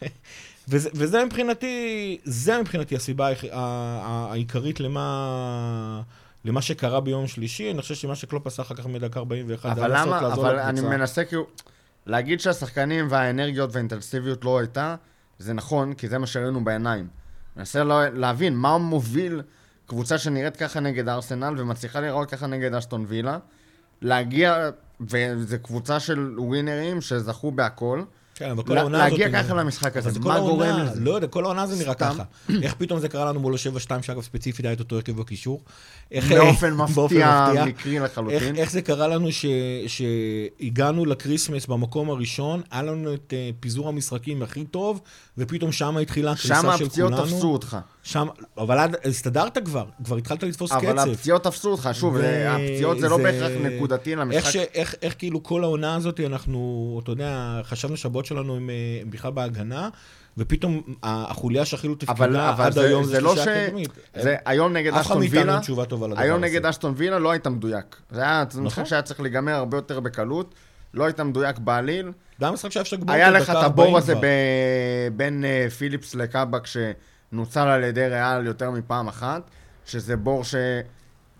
Speaker 4: וזה מבחינתי, זה מבחינתי הסיבה העיקרית למה... למה שקרה ביום שלישי. אני חושב שמה שקלופ עשה אחר כך מדקה ארבעים ואחת,
Speaker 2: אבל למה, אבל אני מנסה כאילו, להגיד שהשחקנים והאנרגיות והאינטנסיביות לא הייתה, זה נכון, כי זה מה שראינו בעיניים. מנסה להבין מה מוביל קבוצה שנראית ככה נגד ארסנל, ומצליחה לראות ככה נגד אסטון וילה, להגיע, וזו קבוצה של ווינרים שזכו בהכל,
Speaker 4: כן, אבל כל העונה הזאת...
Speaker 2: להגיע ככה למשחק הזה, מה גורם לזה?
Speaker 4: לא יודע, כל העונה זה נראה ככה. איך פתאום זה קרה לנו מול שבע שתיים, שאגב ספציפית היה את אותו הרכב בקישור?
Speaker 2: באופן מפתיע, מקרי לחלוטין.
Speaker 4: איך זה קרה לנו שהגענו לקריסמס במקום הראשון, היה לנו את פיזור המשחקים הכי טוב, ופתאום שם התחילה הקריסה של כולנו.
Speaker 2: שם הפציעות תפסו אותך.
Speaker 4: שם, אבל הסתדרת כבר, כבר התחלת לתפוס קצב.
Speaker 2: אבל הפציעות תפסו אותך, שוב, הפציעות זה לא בהכרח נקודתי למשחק.
Speaker 4: איך כאילו כל העונה הזאת, אנחנו, אתה יודע, חשבנו שהבעות שלנו הם בכלל בהגנה, ופתאום החוליה שהכילו תפקידה עד היום זה שלישה קדמית.
Speaker 2: היום נגד אסטון וילה,
Speaker 4: היום
Speaker 2: היום נגד אסטון וילה לא היית מדויק. זה היה משחק שהיה צריך להיגמר הרבה יותר בקלות, לא היית מדויק בעליל.
Speaker 4: גם משחק שאפשר לגבור
Speaker 2: היה לך את הבור הזה בין פיליפס לקאבק שנוצל על ידי ריאל יותר מפעם אחת, שזה בור ש...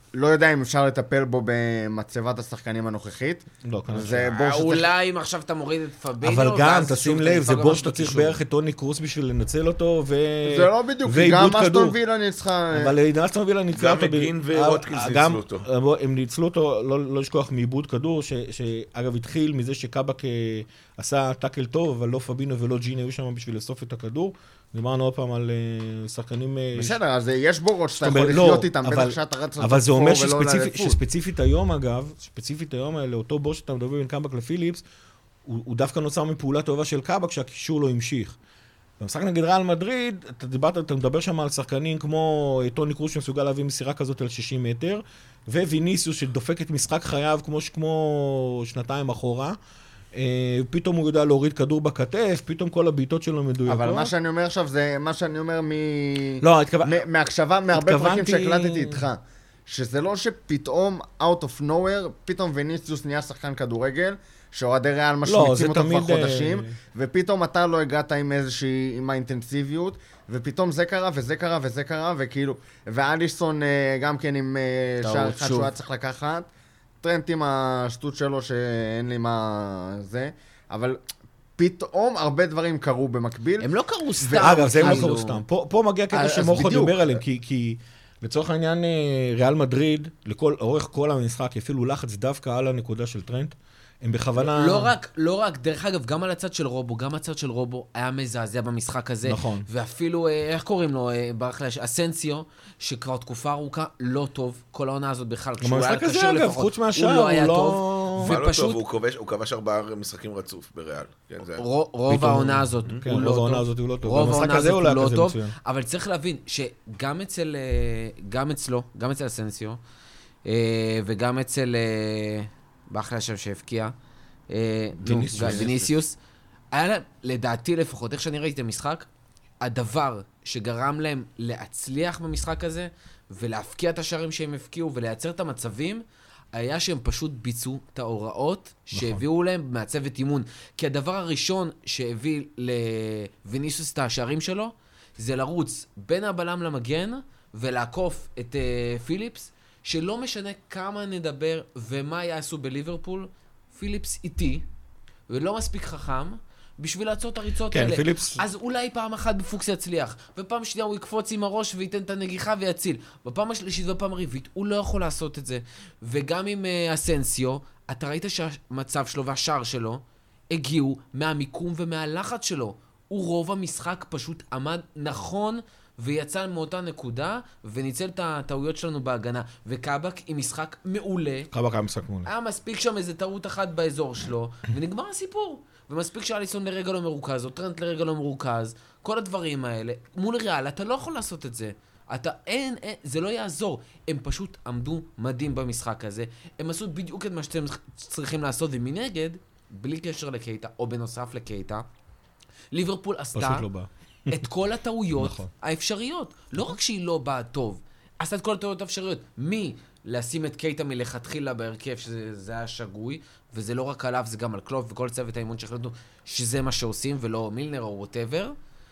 Speaker 2: לא יודע אם אפשר לטפל בו במצבת השחקנים הנוכחית.
Speaker 4: לא, כנראה.
Speaker 2: זה בור שצריך...
Speaker 1: אולי אם עכשיו אתה מוריד את פבינו,
Speaker 4: אבל גם,
Speaker 1: ואז
Speaker 4: תשים
Speaker 1: שוב
Speaker 4: לב,
Speaker 1: אתה
Speaker 4: זה
Speaker 1: נפגע
Speaker 4: בור
Speaker 1: ממש
Speaker 4: שאתה צריך
Speaker 1: בקישור.
Speaker 4: בערך את טוני קרוס בשביל לנצל אותו, ו...
Speaker 2: זה לא בדיוק, כי
Speaker 4: ואיבוד
Speaker 2: גם
Speaker 4: כדור.
Speaker 2: אסטון וילה ניצחה...
Speaker 4: אבל אסטון וילה ניצחה
Speaker 3: גם
Speaker 4: אותו...
Speaker 3: מגין
Speaker 4: ב-
Speaker 3: וווטקינס
Speaker 4: גם-
Speaker 3: ניצלו אותו.
Speaker 4: הם ניצלו אותו, לא לא לשכוח מאיבוד כדור, ש- שאגב התחיל מזה שקאבק אה, עשה טאקל טוב, אבל לא פבינו ולא ג'ין היו שם בשביל לאסוף את הכדור. דיברנו עוד פעם על אה, שחקנים... אה,
Speaker 2: בסדר, אז יש בורות שאתה
Speaker 4: זאת
Speaker 2: יכול
Speaker 4: אומרת,
Speaker 2: לחיות
Speaker 4: לא,
Speaker 2: איתם,
Speaker 4: אבל-
Speaker 2: בטח שאתה רץ
Speaker 4: אבל זה אומר
Speaker 2: לטופ פור ולא
Speaker 4: שספציפית,
Speaker 2: לאליפות.
Speaker 4: שספציפית היום, אגב, ספציפית היום, לאותו בור שאתה מדבר בין קאבק לפיליפס, הוא, הוא דווקא נוצר מפעולה טובה של קאבק, שהקישור לא המשיך. במשחק נגד ריאל מדריד, אתה דיברת, אתה מדבר שם על שחקנים כמו טוני קרוס שמסוגל להביא מסירה כזאת על שישים מטר, וויניסיוס שדופק את משחק חייו כמו, כמו שנתיים אחורה. אה, פתאום הוא יודע להוריד כדור בכתף, פתאום כל הבעיטות שלו מדויקות.
Speaker 2: אבל מה שאני אומר עכשיו זה מה שאני אומר מ...
Speaker 4: לא, התכוון...
Speaker 2: מ- מהקשבה, מהרבה פרקים
Speaker 4: התכוונתי-
Speaker 2: שהקלטתי איתך. שזה לא שפתאום, out of nowhere, פתאום ויניסיוס נהיה שחקן כדורגל, שאוהדי ריאל
Speaker 4: זה
Speaker 2: משמיצים אותו כבר
Speaker 4: תמיד, אה,
Speaker 2: חודשים, ופתאום אתה לא הגעת עם איזושהי, עם האינטנסיביות, ופתאום זה קרה, וזה קרה, וזה קרה, וכאילו, ואליסון אה, גם כן עם אה,
Speaker 1: טעות,
Speaker 2: שער אחד
Speaker 1: שוב.
Speaker 2: שהוא היה צריך לקחת, טרנט עם השטות שלו שאין לי מה זה, אבל פתאום הרבה דברים קרו במקביל.
Speaker 1: הם לא קרו סתם.
Speaker 4: אגב, זה הם לא
Speaker 1: כאילו.
Speaker 4: קראו סתם. פה, פה מגיע קטע
Speaker 2: אז-
Speaker 4: שמורכו
Speaker 2: בדיוק.
Speaker 4: דיבר עליהם, כי, כי לצורך העניין אה, ריאל מדריד, לכל, אורך כל המשחק, הפעילו לחץ דווקא על הנקודה של טרנט. הם בכוונה...
Speaker 1: לא רק, לא רק, דרך אגב, גם על הצד של רובו, גם הצד של רובו היה מזעזע במשחק הזה.
Speaker 4: נכון.
Speaker 1: ואפילו, אה, איך קוראים לו, אה, ברח לי, אסנסיו, שכבר תקופה ארוכה לא טוב, כל העונה הזאת בכלל,
Speaker 4: גם
Speaker 1: כשהוא היה
Speaker 4: המשחק הזה,
Speaker 1: קשור
Speaker 4: אגב,
Speaker 1: לפחות,
Speaker 4: חוץ מהשאר,
Speaker 1: הוא לא
Speaker 4: הוא
Speaker 1: היה
Speaker 4: לא...
Speaker 1: טוב.
Speaker 3: מה לא
Speaker 1: ופשוט-
Speaker 3: טוב, הוא כובש- הוא כבש ארבעה משחקים רצוף בריאל. כן, זה...
Speaker 1: רו- רוב
Speaker 4: פתאום-
Speaker 1: העונה הזאת
Speaker 4: כן,
Speaker 1: הוא
Speaker 4: רוב
Speaker 1: לא
Speaker 4: העונה
Speaker 1: טוב.
Speaker 4: הזאת הוא לא טוב.
Speaker 1: רוב
Speaker 4: במשחק
Speaker 1: העונה
Speaker 4: הזה
Speaker 1: הזאת
Speaker 4: הוא
Speaker 1: הוא
Speaker 4: לא
Speaker 1: לא
Speaker 4: כזה
Speaker 1: טוב,
Speaker 4: מצוין.
Speaker 1: אבל צריך להבין שגם אצל, אה, גם אצלו, גם אצל אסנסיו, אה, וגם אצל, אה, באחלה שם שהבקיע, אה, נו,
Speaker 4: ויניסיוס.
Speaker 1: גם ויניסיוס, היה להם, לדעתי לפחות, איך שאני ראיתי את המשחק, הדבר שגרם להם להצליח במשחק הזה, ולהפקיע את השערים שהם הפקיעו, ולייצר את המצבים, היה שהם פשוט ביצעו את ההוראות שהביאו להם מהצוות אימון. כי הדבר הראשון שהביא לויניסיוס את השערים שלו, זה לרוץ בין הבלם למגן, ולעקוף את uh, פיליפס, שלא משנה כמה נדבר ומה יעשו בליברפול, פיליפס איטי, ולא מספיק חכם, בשביל לעצור את הריצות
Speaker 4: כן,
Speaker 1: האלה.
Speaker 4: פיליפס-
Speaker 1: אז אולי פעם אחת בפוקס יצליח, ופעם שנייה הוא יקפוץ עם הראש וייתן את הנגיחה ויציל. בפעם השלישית ובפעם הרביעית הוא לא יכול לעשות את זה. וגם עם uh, אסנסיו, אתה ראית שהמצב שלו והשער שלו הגיעו מהמיקום ומהלחץ שלו. הוא רוב המשחק פשוט עמד נכון ויצא מאותה נקודה וניצל את הטעויות שלנו בהגנה. וקאבק עם משחק מעולה.
Speaker 4: קאבק היה משחק מעולה.
Speaker 1: היה מספיק שם איזה טעות אחת באזור שלו, ונגמר הסיפור. ומספיק שאליסון לרגע לא מרוכז, או טרנט לרגע לא מרוכז, כל הדברים האלה. מול ריאל, אתה לא יכול לעשות את זה. אתה, אין, אין, זה לא יעזור. הם פשוט עמדו מדהים במשחק הזה. הם עשו בדיוק את מה שאתם צריכים לעשות, ומנגד, בלי קשר לקייטה, או בנוסף לקייטה, ליברפול עשתה
Speaker 4: פשוט לא בא.
Speaker 1: את כל הטעויות
Speaker 4: נכון.
Speaker 1: האפשריות. לא רק שהיא לא באה טוב, עשתה את כל הטעויות האפשריות. מי לשים את קייטה מלכתחילה בהרכב, שזה זה היה שגוי, וזה לא רק עליו, זה גם על קלופ וכל צוות האימון שהחלטנו שזה מה שעושים, ולא מילנר או ווטאבר.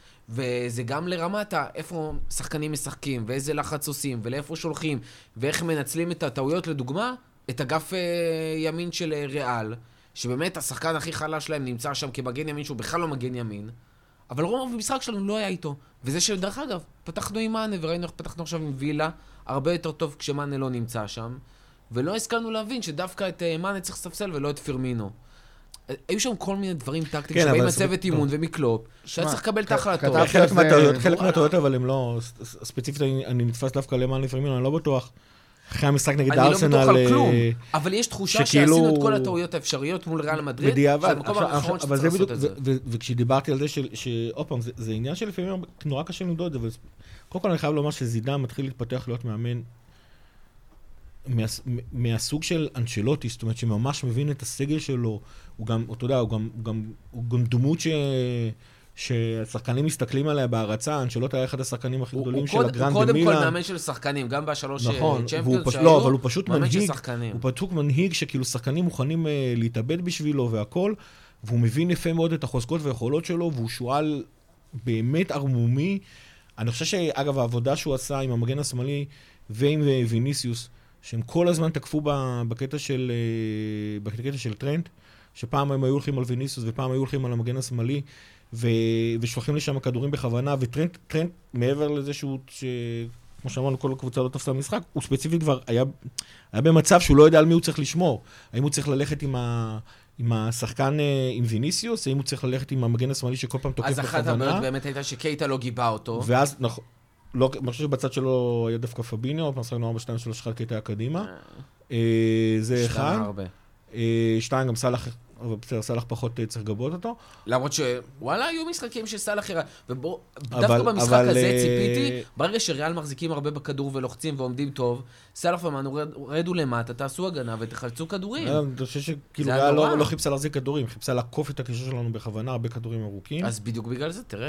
Speaker 1: וזה גם לרמת ה- איפה שחקנים משחקים, ואיזה לחץ עושים, ולאיפה שולחים, ואיך מנצלים את הטעויות, לדוגמה, את אגף אה, ימין של אה, ריאל, שבאמת השחקן הכי חלש שלהם נמצא שם כמגן ימין, שהוא בכלל לא מגן ימין, אבל רוב המשחק שלנו לא היה איתו. וזה שדרך אגב, פתחנו עם מאנה, וראינו איך פתחנו עכשיו עם וילה, הרבה יותר טוב כשמאנה לא נמצא שם, ולא השכלנו להבין שדווקא את אה, מאנה צריך לספסל ולא את פירמינו. היו שם כל מיני דברים טקטיים
Speaker 4: כן,
Speaker 1: שבאים
Speaker 4: אבל
Speaker 1: מהצוות
Speaker 4: זה-
Speaker 1: אימון
Speaker 4: טוב.
Speaker 1: ומקלופ, שהיה
Speaker 2: שמע,
Speaker 1: צריך לקבל את
Speaker 2: כ-
Speaker 1: ההחלטות.
Speaker 2: כתבתי
Speaker 4: חלק
Speaker 2: זה-
Speaker 4: מהטעויות, חלק
Speaker 1: וואלה.
Speaker 4: מהטעויות, אבל הם לא... ס- ספציפית אני אני נתפס דווקא למען לפעמים, אני לא בטוח. אחרי המשחק נגד
Speaker 1: אני לא
Speaker 4: ארסנל...
Speaker 1: בטוח על
Speaker 4: אה,
Speaker 1: כלום, אבל יש תחושה
Speaker 4: שכאילו-
Speaker 1: שעשינו את כל הטעויות האפשריות מול ריאל מדריד,
Speaker 4: בדיעבד,
Speaker 1: שזה המקום
Speaker 4: עכשיו-
Speaker 1: האחרון
Speaker 4: עכשיו- אבל
Speaker 1: שצריך
Speaker 4: זה
Speaker 1: לעשות
Speaker 4: בדיוק,
Speaker 1: את זה.
Speaker 4: ו- ו- וכשדיברתי על זה, של- שעוד פעם, זה- זה עניין שלפעמים נורא קשה למדוד את זה, אבל קודם כל אני חייב לומר שזידן מתחיל להתפתח להיות מאמן מהס- מ- מהסוג של אנצ'לוטי, זאת אומרת שממש מבין את הסגל שלו, הוא גם, אתה יודע, הוא גם, הוא גם, הוא גם דמות ש... שהשחקנים מסתכלים עליה בהערצה, אנצ'לוטי היה אחד השחקנים הכי
Speaker 1: הוא-
Speaker 4: גדולים
Speaker 1: הוא
Speaker 4: של
Speaker 1: קוד-
Speaker 4: הגרנד
Speaker 1: הוא קודם כל
Speaker 4: מילאן.
Speaker 1: מאמן של שחקנים, גם בשלוש
Speaker 4: נכון,
Speaker 1: צ'מפיונס
Speaker 4: והוא פשוט,
Speaker 1: שהיו,
Speaker 4: לא, אבל הוא פשוט
Speaker 1: מאמן של
Speaker 4: מנהיג,
Speaker 1: שחקנים.
Speaker 4: הוא פשוט מנהיג שכאילו שחקנים מוכנים אה, להתאבד בשבילו והכל, והוא מבין יפה מאוד את החוזקות והיכולות שלו, והוא שועל באמת ערמומי. אני חושב שאגב, העבודה שהוא עשה עם המגן השמאלי ועם אה, ויניסיוס, שהם כל הזמן תקפו בקטע של, בקטע של טרנט, שפעם הם היו הולכים על ויניסוס ופעם היו הולכים על המגן השמאלי, ו... ושולחים לשם כדורים בכוונה, וטרנט, טרנט, מעבר לזה שהוא, ש... כמו שאמרנו, כל הקבוצה לא תפסה במשחק, הוא ספציפית כבר היה, היה במצב שהוא לא יודע על מי הוא צריך לשמור. האם הוא צריך ללכת עם, ה... עם השחקן, עם ויניסיוס, האם הוא צריך ללכת עם המגן השמאלי שכל פעם תוקף בכוונה.
Speaker 1: אז אחת הבעיות באמת הייתה שקייטה לא גיבה אותו.
Speaker 4: ואז, נכון, לא, אני חושב שבצד שלו היה דווקא פביניו, משחקנו ארבע שתיים שלוש אחד קייטה קדימה. זה אחד. שתיים, גם סלח, אבל בסדר, סלח פחות צריך לגבות אותו.
Speaker 1: למרות שוואלה, היו משחקים שסלח הראה, ודווקא במשחק הזה ציפיתי, ברגע שריאל מחזיקים הרבה בכדור ולוחצים ועומדים טוב, סלח ומאנו רדו למטה, תעשו הגנה ותחלצו כדורים.
Speaker 4: אני חושב שכאילו ריאל לא חיפשה להחזיק כדורים, חיפשה לעקוף את הקישור שלנו בכוונה, הרבה כדורים ארוכים.
Speaker 1: אז בדיוק בגלל זה, תרד.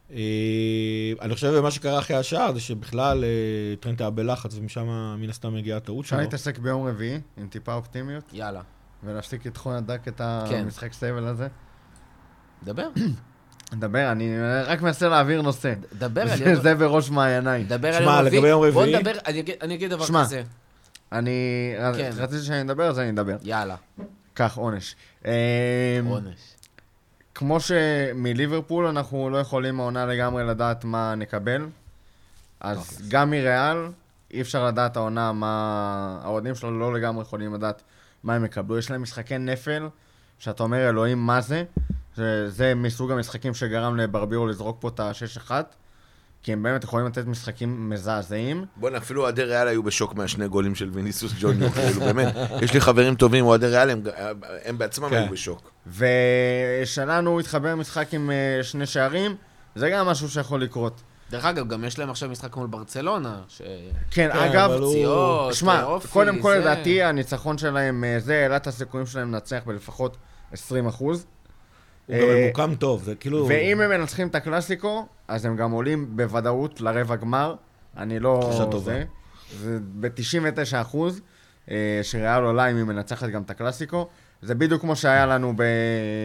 Speaker 4: אני חושב שמה שקרה אחרי השער זה שבכלל טרנט היה בלחץ ומשם מן הסתם מגיעה הטעות שלו.
Speaker 2: אפשר להתעסק ביום רביעי עם טיפה אופטימיות?
Speaker 1: יאללה.
Speaker 2: ולהפסיק לתחון הדק את המשחק סבל הזה?
Speaker 1: דבר.
Speaker 2: דבר, אני רק מנסה להעביר נושא.
Speaker 1: דבר על יום...
Speaker 2: זה בראש מעייניי.
Speaker 1: דבר על יום רביעי. בוא נדבר, אני אגיד דבר כזה.
Speaker 2: אני... רציתי שאני אדבר, אז אני אדבר.
Speaker 1: יאללה.
Speaker 2: קח, עונש.
Speaker 1: עונש.
Speaker 2: כמו שמליברפול אנחנו לא יכולים העונה לגמרי לדעת מה נקבל, אז גם מריאל אי אפשר לדעת העונה מה... האוהדים שלנו לא לגמרי יכולים לדעת מה הם יקבלו. יש להם משחקי נפל, שאתה אומר אלוהים מה זה, זה מסוג המשחקים שגרם לברבירו לזרוק פה את ה-שש אחת, כי הם באמת יכולים לתת משחקים מזעזעים.
Speaker 3: בוא'נה, אפילו אוהדי ריאל היו בשוק מהשני גולים של ויניסוס ג'וניור, כאילו, באמת. יש לי חברים טובים, אוהדי ריאל, הם, הם בעצמם היו בשוק.
Speaker 2: ושלנו התחבר משחק עם שני שערים, זה גם משהו שיכול לקרות.
Speaker 1: דרך אגב, גם יש להם עכשיו משחק מול ברצלונה, ש...
Speaker 2: כן, אגב,
Speaker 1: פציעות,
Speaker 2: שמע, קודם כל לדעתי, הניצחון שלהם, זה העלה את הסיכויים שלהם לנצח בלפחות עשרים אחוז.
Speaker 4: הוא גם ממוקם טוב, זה כאילו...
Speaker 2: ואם הם מנצחים את הקלאסיקו, אז הם גם עולים בוודאות לרבע גמר. אני לא... זה. זה ב-תשעים ותשעה אחוז, שריאל עולה אם היא מנצחת גם את הקלאסיקו. זה בדיוק כמו שהיה לנו ב...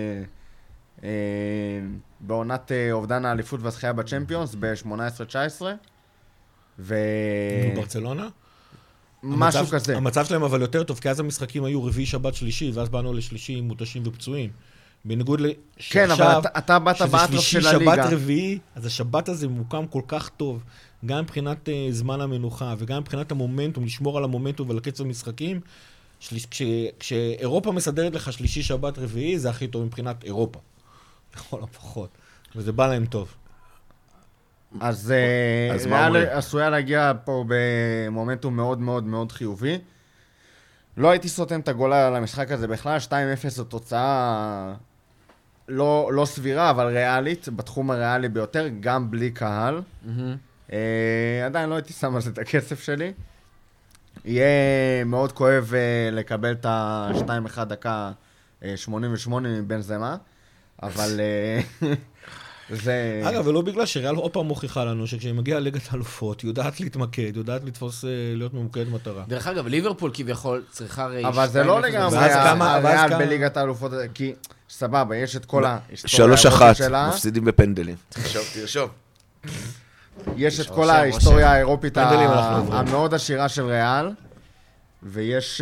Speaker 2: בעונת אובדן האליפות והזכייה בצ'מפיונס, ב-שמונה עשרה תשע עשרה. ו...
Speaker 4: ברצלונה?
Speaker 2: משהו
Speaker 4: המצב,
Speaker 2: כזה.
Speaker 4: המצב שלהם אבל יותר טוב, כי אז המשחקים היו רביעי, שבת, שלישי, ואז באנו לשלישי מותשים ופצועים. בניגוד לשעכשיו,
Speaker 2: כן, אבל אתה, אתה באת באטרף של הליגה.
Speaker 4: שבת רביעי, אז השבת הזה מוקם כל כך טוב, גם מבחינת uh, זמן המנוחה, וגם מבחינת המומנטום, לשמור על המומנטום ועל הקצב המשחקים. שליש, כש, כשאירופה מסדרת לך שלישי, שבת, רביעי, זה הכי טוב מבחינת אירופה. לכל הפחות. וזה בא להם טוב.
Speaker 2: אז, אז ריאל עשויה להגיע פה במומנטום מאוד מאוד מאוד חיובי. לא הייתי סותם את הגולה על המשחק הזה בכלל, שתיים אפס זו תוצאה לא, לא סבירה, אבל ריאלית, בתחום הריאלי ביותר, גם בלי קהל. Mm-hmm. אה, עדיין לא הייתי שם על זה את הכסף שלי. יהיה מאוד כואב אה, לקבל את ה-שתיים אחת דקה אה, שמונים ושמונה מבן זמה, אבל אה, זה...
Speaker 4: אגב, ולא בגלל שריאל עוד פעם מוכיחה לנו שכשהיא מגיעה ליגת האלופות, יודעת להתמקד, יודעת לתפוס, להיות ממוקד מטרה.
Speaker 1: דרך אגב, ליברפול כביכול צריכה רייש.
Speaker 2: אבל זה לא לגמרי הריאל בליגת האלופות, כי סבבה, יש את כל ההיסטוריה
Speaker 3: שלוש אחת,
Speaker 2: שלה.
Speaker 3: מפסידים בפנדלים. תרשום, תרשום.
Speaker 2: יש את כל ההיסטוריה האירופית המאוד עשירה של ריאל, ויש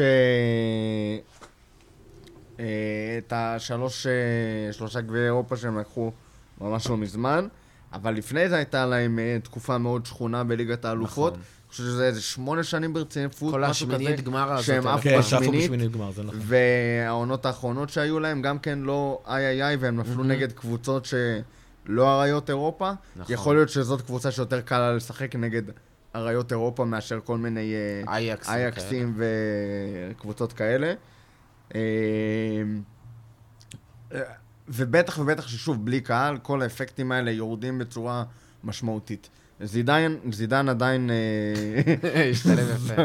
Speaker 2: את השלוש, שלושה גביעי אירופה שהם לקחו ממש לא מזמן, אבל לפני זה הייתה להם תקופה מאוד שכונה בליגת האלופות. אני חושב שזה איזה שמונה שנים ברציפות,
Speaker 1: כל השמינית גמר הזאת.
Speaker 2: שהם עפו בשמינית, והעונות האחרונות שהיו להם גם כן לא איי איי איי, והם נפלו נגד קבוצות שלא אריות אירופה. יכול להיות שזאת קבוצה שיותר קל לה לשחק נגד אריות אירופה מאשר כל מיני אייקסים וקבוצות כאלה. ובטח ובטח ששוב, בלי קהל, כל האפקטים האלה יורדים בצורה משמעותית. זידן, זידן עדיין...
Speaker 1: השתלם יפה.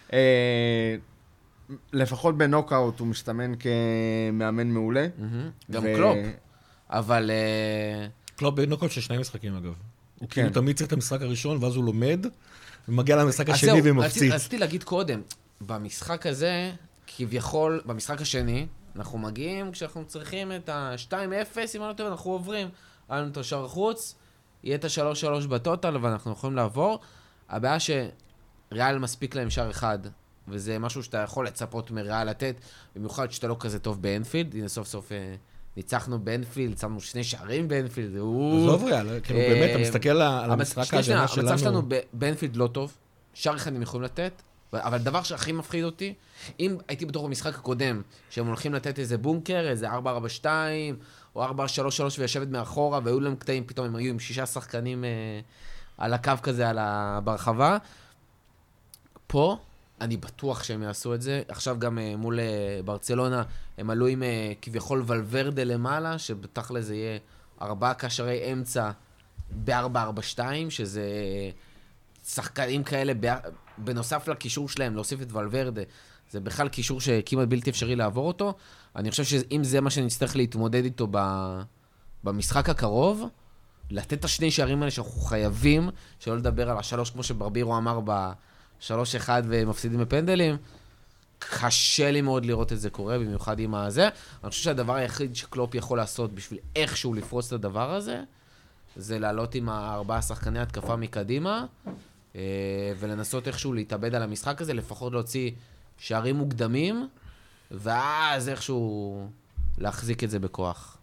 Speaker 2: לפחות בנוקאוט הוא משתמן כמאמן מעולה.
Speaker 1: גם קלופ. אבל...
Speaker 4: קלופ בנוקאוט של שני משחקים אגב. הוא כאילו תמיד צריך את המשחק הראשון, ואז הוא לומד, ומגיע למשחק השני ומפציץ.
Speaker 1: רציתי להגיד קודם, במשחק הזה, כביכול, במשחק השני, אנחנו מגיעים כשאנחנו צריכים את ה-שתיים אפס, אם אני לא טוב, אנחנו עוברים. היה לנו את השער חוץ, יהיה את ה-שלוש שלוש בטוטל, ואנחנו יכולים לעבור. הבעיה שריאל מספיק להם שער אחד וזה משהו שאתה יכול לצפות מריאל לתת, במיוחד שאתה לא כזה טוב באנפילד, הנה סוף סוף ניצחנו באנפילד, שמנו שני שערים באנפילד,
Speaker 4: עזוב ריאל, כאילו באמת, אתה מסתכל על המשחק ההגנה שלנו.
Speaker 1: המצב שלנו באנפילד לא טוב, שער אחד הם יכולים לתת, אבל הדבר שהכי מפחיד אותי, אם הייתי בתוך המשחק הקודם, שהם הולכים לתת איזה בונקר, איזה ארבע ארבע שתיים, או ארבע שלוש שלוש וישבת מאחורה, והיו להם קטעים, פתאום הם היו עם שישה שחקנים אה, על הקו כזה, על ה... ברחבה. פה, אני בטוח שהם יעשו את זה. עכשיו גם אה, מול אה, ברצלונה, הם עלו עם אה, כביכול ולוורדה למעלה, שבתכל'ס זה יהיה ארבעה קשרי אמצע ב-ארבע ארבע שתיים, שזה שחקנים כאלה, ב... בנוסף לקישור שלהם, להוסיף את ולוורדה, זה בכלל קישור שכמעט בלתי אפשרי לעבור אותו. אני חושב שאם זה מה שנצטרך להתמודד איתו במשחק הקרוב, לתת את השני שערים האלה שאנחנו חייבים, שלא לדבר על השלוש, כמו שברבירו אמר בשלוש אחד ומפסידים בפנדלים, קשה לי מאוד לראות את זה קורה, במיוחד עם הזה. אני חושב שהדבר היחיד שקלופ יכול לעשות בשביל איכשהו לפרוץ את הדבר הזה, זה לעלות עם הארבעה שחקני התקפה מקדימה, ולנסות איכשהו להתאבד על המשחק הזה, לפחות להוציא שערים מוקדמים, ואז איכשהו להחזיק את זה בכוח.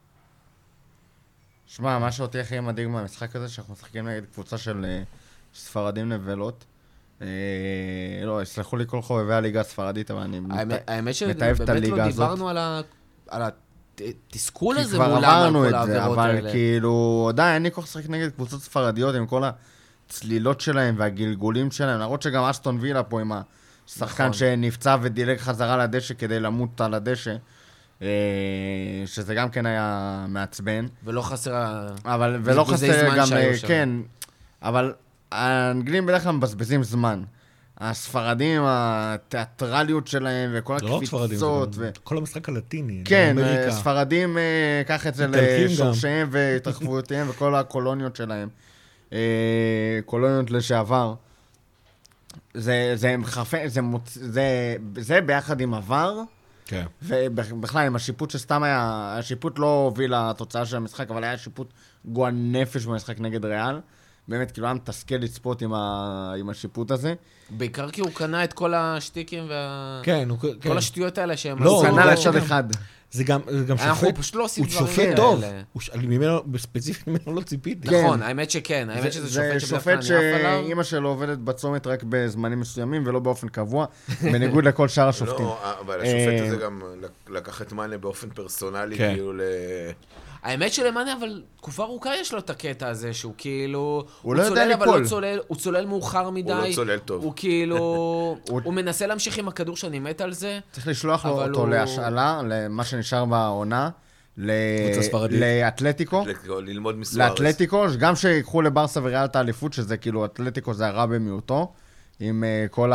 Speaker 2: שמע, מה שאותי הכי מדהים מהמשחק הזה, שאנחנו משחקים נגד קבוצה של ספרדים נבלות. לא, יסלחו לי כל חובבי הליגה הספרדית, אבל אני מתאהב את הליגה הזאת.
Speaker 1: באמת לא דיברנו על התסכול הזה
Speaker 2: מולם, כבר עברנו את זה, אבל כאילו, עדיין אין לי כוח לשחק נגד קבוצות ספרדיות, עם כל הצלילות שלהם והגלגולים שלהם, למרות שגם אסטון וילה פה עם השחקן שנפצע ודילג חזרה לדשא כדי למות על הדשא, שזה גם כן היה מעצבן.
Speaker 1: ולא חסר...
Speaker 2: אבל, ולא חסר גם, כן, אבל האנגלים בדרך כלל מבזבזים זמן. הספרדים, התיאטרליות שלהם וכל הקפיצות.
Speaker 4: ו... כל המשחק הלטיני.
Speaker 2: כן, ספרדים, קח את זה לשורשיהם והתרחבויותיהם וכל הקולוניות שלהם. קולוניות לשעבר. זה, זה, זה, זה, זה ביחד עם עבר.
Speaker 4: כן.
Speaker 2: ובכלל, עם השיפוט שסתם היה, השיפוט לא הוביל לתוצאה של המשחק, אבל היה שיפוט גועל נפש במשחק נגד ריאל. באמת, כאילו, היה מתסכל לצפות עם, ה... עם השיפוט הזה.
Speaker 1: בעיקר כי הוא קנה את כל השטיקים וה...
Speaker 4: כן, הוא...
Speaker 1: כל
Speaker 4: כן.
Speaker 1: השטויות האלה שהם...
Speaker 2: לא, הוא קנה לשד אחד.
Speaker 4: זה גם, זה גם
Speaker 1: אנחנו
Speaker 4: שופט,
Speaker 1: פשוט לא עושים
Speaker 4: הוא
Speaker 1: דברים
Speaker 4: שופט
Speaker 1: כאלה.
Speaker 4: טוב. הוא ש... ממנו, בספציפית ממנו לא ציפיתי.
Speaker 2: כן.
Speaker 1: נכון, האמת שכן, האמת שזה
Speaker 2: זה
Speaker 1: שופט שבדרך כלל
Speaker 2: שופט
Speaker 1: אני עף עליו.
Speaker 2: שאימא שלו עובדת בצומת רק בזמנים מסוימים ולא באופן קבוע, בניגוד לכל שאר השופטים.
Speaker 3: לא, אבל השופט הזה גם לקח את מאנה באופן פרסונלי, כאילו ל...
Speaker 1: האמת שלמאנה, אבל תקופה ארוכה יש לו את הקטע הזה, שהוא כאילו...
Speaker 2: הוא לא יודע ליפול.
Speaker 1: הוא צולל מאוחר מדי.
Speaker 3: הוא לא צולל טוב.
Speaker 1: הוא כאילו... הוא מנסה להמשיך עם הכדור שאני מת על זה.
Speaker 2: צריך לשלוח לו אותו להשאלה, למה שנשאר בעונה, לאתלטיקו.
Speaker 3: ללמוד מסוארס.
Speaker 2: לאתלטיקו, גם שיקחו לברסה וריאל את האליפות, שזה כאילו, אתלטיקו זה הרע במיעוטו, עם כל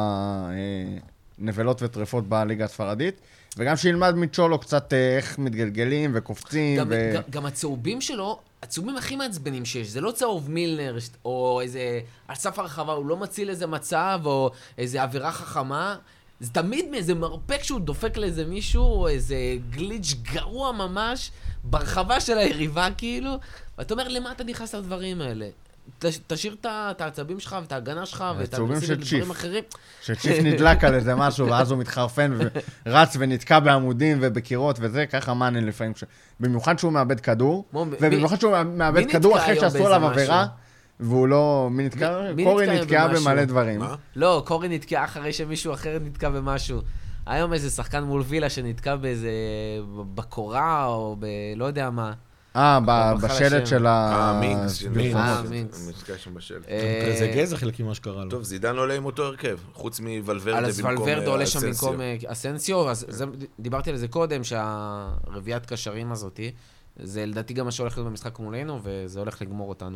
Speaker 2: הנבלות וטרפות בליגה הספרדית. וגם שילמד מצ'ולו קצת איך מתגלגלים וקופצים.
Speaker 1: גם,
Speaker 2: ו...
Speaker 1: גם, גם הצהובים שלו, הצהובים הכי מעצבנים שיש, זה לא צהוב מילנר, או איזה, על סף הרחבה, הוא לא מציל איזה מצב, או איזה עבירה חכמה. זה תמיד מאיזה מרפק שהוא דופק לאיזה מישהו, או איזה גליץ' גרוע ממש, ברחבה של היריבה כאילו. ואתה אומר, למה אתה נכנס לדברים האלה? תשאיר את העצבים שלך ואת ההגנה שלך ואת המנסים לדברים אחרים.
Speaker 2: שצ'יף נדלק על איזה משהו ואז הוא מתחרפן ורץ ונתקע בעמודים ובקירות וזה, ככה מאנה לפעמים. במיוחד שהוא מאבד כדור, ובמיוחד שהוא מאבד כדור אחרי שעשו עליו עבירה, והוא לא... מי נתקע? קורי נתקעה במלא דברים.
Speaker 1: לא, קורי נתקעה אחרי שמישהו אחר נתקע במשהו. היום איזה שחקן מול וילה שנתקע באיזה... בקורה או ב... לא יודע מה.
Speaker 2: אה, בשלט של ה...
Speaker 3: אה, מינקס.
Speaker 1: אה, מינקס.
Speaker 3: נתקע שם בשלט.
Speaker 4: זה גזע חלקי מה שקרה לו.
Speaker 3: טוב, זידן עולה עם אותו הרכב, חוץ מוולברדה
Speaker 1: אז
Speaker 3: במקום
Speaker 1: וולברדה עולה שם
Speaker 3: אסנסיו.
Speaker 1: במקום אסנסיו, אז דיברתי על זה קודם, שהרביעת קשרים הזאת, זה לדעתי גם מה שהולך להיות במשחק מולנו, וזה הולך לגמור אותנו.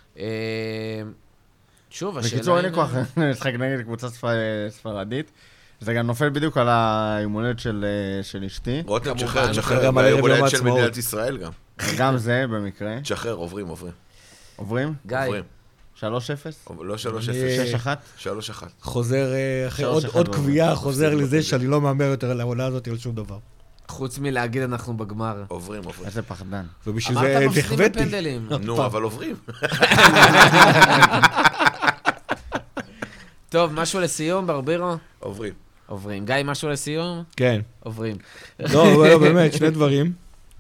Speaker 1: שוב, השאלה...
Speaker 2: בקיצור, אין לי כוח לשחק נגד קבוצה ספרדית. זה גם נופל בדיוק על היום הולדת של אשתי.
Speaker 3: רותם, תשחרר, תשחרר, ביום הולדת של מדינת ישראל גם.
Speaker 2: גם זה במקרה.
Speaker 3: תשחרר, עוברים, עוברים.
Speaker 2: עוברים?
Speaker 1: גיא.
Speaker 2: שלוש אפס?
Speaker 3: לא שלוש אפס.
Speaker 2: שש אחת?
Speaker 3: שלוש אחת.
Speaker 4: חוזר, אחרי עוד קביעה, חוזר לזה שאני לא מאמר יותר על העונה הזאת על שום דבר.
Speaker 1: חוץ מלהגיד אנחנו בגמר.
Speaker 3: עוברים, עוברים.
Speaker 2: איזה פחדן.
Speaker 4: ובשביל זה
Speaker 1: אמרת מפסידים
Speaker 4: נכוויתי.
Speaker 1: בפנדלים.
Speaker 3: נו, אבל עוברים.
Speaker 1: טוב, משהו לסיום, ברבירו?
Speaker 3: עוברים.
Speaker 1: עוברים. גיא, משהו לסיום?
Speaker 4: כן.
Speaker 1: עוברים.
Speaker 4: לא, לא, באמת, שני דברים.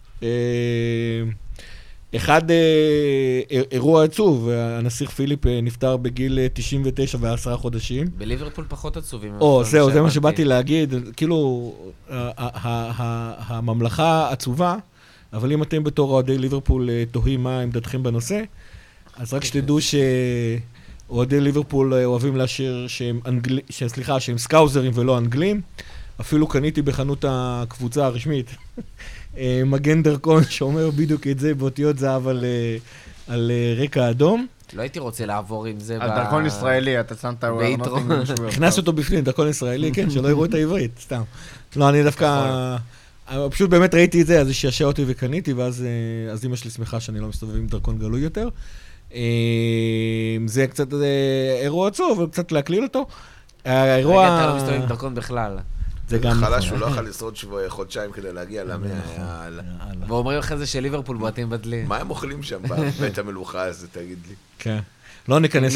Speaker 4: אחד, אירוע עצוב, הנסיך פיליפ נפטר בגיל תשעים ותשע ועשרה חודשים.
Speaker 1: בליברפול פחות עצובים.
Speaker 4: או, זהו, זה מה שבאתי להגיד. כאילו, הממלכה עצובה, אבל אם אתם בתור אוהדי ליברפול תוהים מה עמדתכם בנושא, אז רק שתדעו שאוהדי ליברפול אוהבים להשאיר שהם אנגלים, סליחה, שהם סקאוזרים ולא אנגלים. אפילו קניתי בחנות הקבוצה הרשמית מגן דרכון שאומר בדיוק את זה באותיות זהב על, על רקע אדום.
Speaker 1: לא הייתי רוצה לעבור עם זה.
Speaker 2: על דרכון ישראלי, אתה שם את
Speaker 1: ביתרו.
Speaker 4: הכנס אותו בפנים, דרכון ישראלי, כן, שלא יראו את העברית, סתם. לא, אני דווקא, פשוט באמת ראיתי את זה, אז זה שישע אותי וקניתי, ואז אמא שלי שמחה שאני לא מסתובב עם דרכון גלוי יותר. זה קצת אירוע עצוב, אבל קצת להקליל אותו.
Speaker 1: רגע, אתה לא מסתובב עם דרכון בכלל.
Speaker 3: זה גם חלש, הוא לא יכול לשרוד חודשיים כדי להגיע למאה.
Speaker 1: ואומרים לך זה של ליברפול בועטים בדלי.
Speaker 3: מה הם אוכלים שם בבית המלוכה הזה, תגיד לי?
Speaker 4: כן. לא ניכנס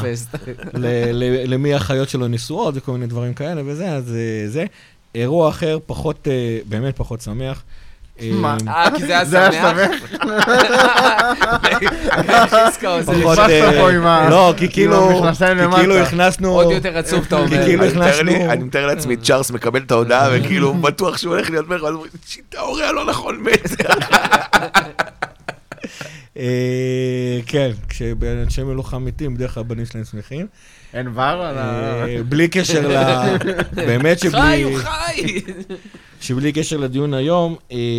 Speaker 4: למי החיות שלו נשואות וכל מיני דברים כאלה וזה, אז זה. אירוע אחר, פחות, באמת פחות שמח.
Speaker 2: מה?
Speaker 1: אה, כי זה היה שמח?
Speaker 2: פחות פה עם ה...
Speaker 4: לא, כי כאילו הכנסנו...
Speaker 1: עוד יותר עצוב, אתה אומר.
Speaker 3: אני מתאר לעצמי, צ'ארלס מקבל את ההודעה, וכאילו בטוח שהוא הולך להיות מלך, ואז אומרים, שיטה הוריה לא נכון מת.
Speaker 4: כן, כשאנשי מלוכה מתים, בדרך כלל הבנים שלהם שמחים.
Speaker 2: אין ור על ה...
Speaker 4: בלי קשר ל... באמת שבלי...
Speaker 1: חי, הוא חי!
Speaker 4: שבלי קשר לדיון היום,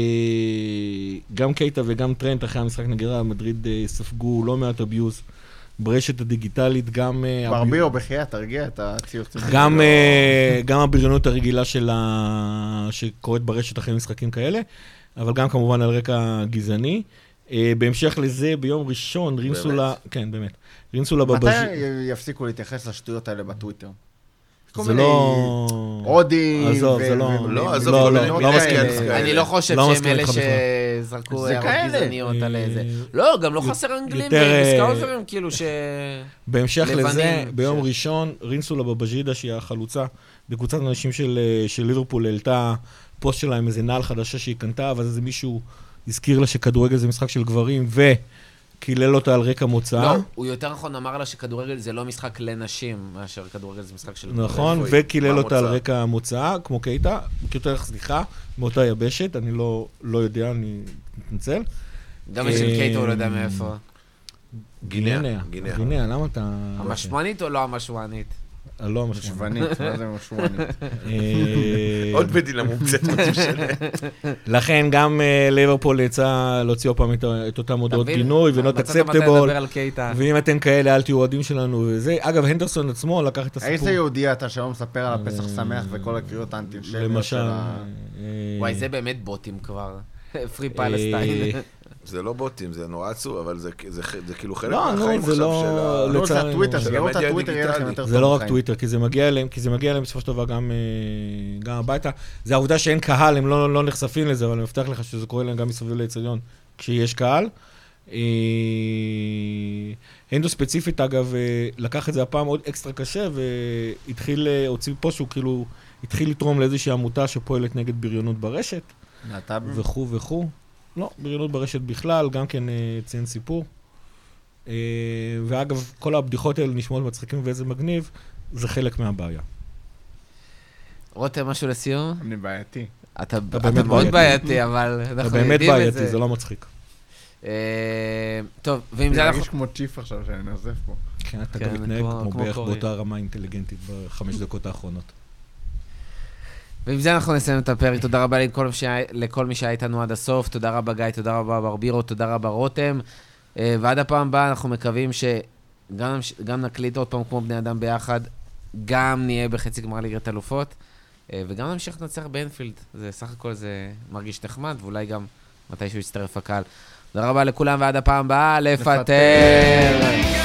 Speaker 4: גם קייטה וגם טרנט אחרי המשחק נגד מדריד ספגו לא מעט אביוז ברשת הדיגיטלית, גם...
Speaker 2: ברבירו בחייה, תרגיע את הציוצים.
Speaker 4: גם הבריונות הרגילה שקורית ברשת אחרי משחקים כאלה, אבל גם כמובן על רקע גזעני. בהמשך לזה, ביום ראשון, רינסולה... כן, באמת. רינסולה בבז'י...
Speaker 2: מתי יפסיקו להתייחס לשטויות האלה בטוויטר?
Speaker 4: זה לא...
Speaker 2: הודי...
Speaker 4: עזוב, זה לא...
Speaker 3: לא, עזוב, לא מסכים.
Speaker 1: אני לא חושב שהם אלה שזרקו הערות גזעניות על זה. לא, גם לא חסר אנגלים וסקאוזרים, כאילו ש...
Speaker 4: בהמשך לזה, ביום ראשון, רינסולה בבז'ידה, שהיא החלוצה, בקבוצת אנשים של ליברפול, העלתה פוסט שלה עם איזה נעל חדשה שהיא קנתה, ואז איזה מישהו הזכיר לה שכדורגל זה משחק של גברים, ו... קילל אותה על רקע מוצא.
Speaker 1: לא, הוא יותר נכון אמר לה שכדורגל זה לא משחק לנשים, מאשר כדורגל זה משחק של...
Speaker 4: נכון, וקילל אותה על רקע מוצא, כמו קייטה, יותר סליחה, מאותה יבשת, אני לא יודע, אני מתנצל.
Speaker 1: גם של קייטה הוא לא יודע מאיפה.
Speaker 4: גינאה. גינאה, למה אתה...
Speaker 1: המשמענית או לא המשמענית?
Speaker 4: לא המשמענית.
Speaker 2: מה זה משמענית?
Speaker 3: עוד מדינה מומצאת משהו שלה.
Speaker 4: לכן גם ליברפול יצא להוציא עוד פעם את אותם הודעות גינוי ו-not acceptable. ואם אתם כאלה, אל תהיו אוהדים שלנו וזה. אגב, הנדרסון עצמו לקח את הסיפור.
Speaker 2: איזה יהודי אתה שלא מספר על הפסח שמח וכל הקריאות האנטישמיות של ה...
Speaker 1: וואי, זה באמת בוטים כבר. פרי פלסטיין.
Speaker 3: זה לא בוטים, זה נורא עצוב, אבל זה כאילו חלק
Speaker 4: מהחיים עכשיו של ה...
Speaker 2: לא, זה הטוויטר, זה לא את הטוויטר יהיה לכם יותר טוב.
Speaker 4: זה לא רק טוויטר, כי זה מגיע אליהם, כי זה מגיע אליהם בסופו של דבר גם הביתה. זה העובדה שאין קהל, הם לא נחשפים לזה, אבל אני מבטיח לך שזה קורה להם גם מסביב לאצטדיון, כשיש קהל. הנדו ספציפית, אגב, לקח את זה הפעם עוד אקסטרה קשה, והתחיל, הוציא פה שהוא כאילו, התחיל לתרום לאיזושהי עמותה שפועלת נגד בריונות ברשת, וכו' וכו'. לא, בריונות ברשת בכלל, גם כן ציין סיפור. ואגב, כל הבדיחות האלה נשמעות מצחיקים ואיזה מגניב, זה חלק מהבעיה.
Speaker 1: רותם, משהו לסיום?
Speaker 2: אני בעייתי.
Speaker 1: אתה מאוד בעייתי, אבל אנחנו יודעים את זה.
Speaker 4: אתה באמת בעייתי, זה לא מצחיק.
Speaker 1: טוב, ואם זה...
Speaker 2: אני מרגיש כמו צ'יף עכשיו שאני נעזב פה.
Speaker 4: כן, אתה גם מתנהג כמו בערך באותה רמה אינטליגנטית בחמש דקות האחרונות.
Speaker 1: ועם זה אנחנו נסיים את הפרק. תודה רבה לכל מי שהיה איתנו עד הסוף. תודה רבה גיא, תודה רבה ברבירו, תודה רבה רותם. ועד הפעם הבאה אנחנו מקווים שגם נקליט עוד פעם כמו בני אדם ביחד, גם נהיה בחצי גמר ליגת אלופות, וגם נמשיך לנצח באנפילד. זה סך הכל זה מרגיש נחמד, ואולי גם מתישהו יצטרף הקהל. תודה רבה לכולם ועד הפעם הבאה, לפטר.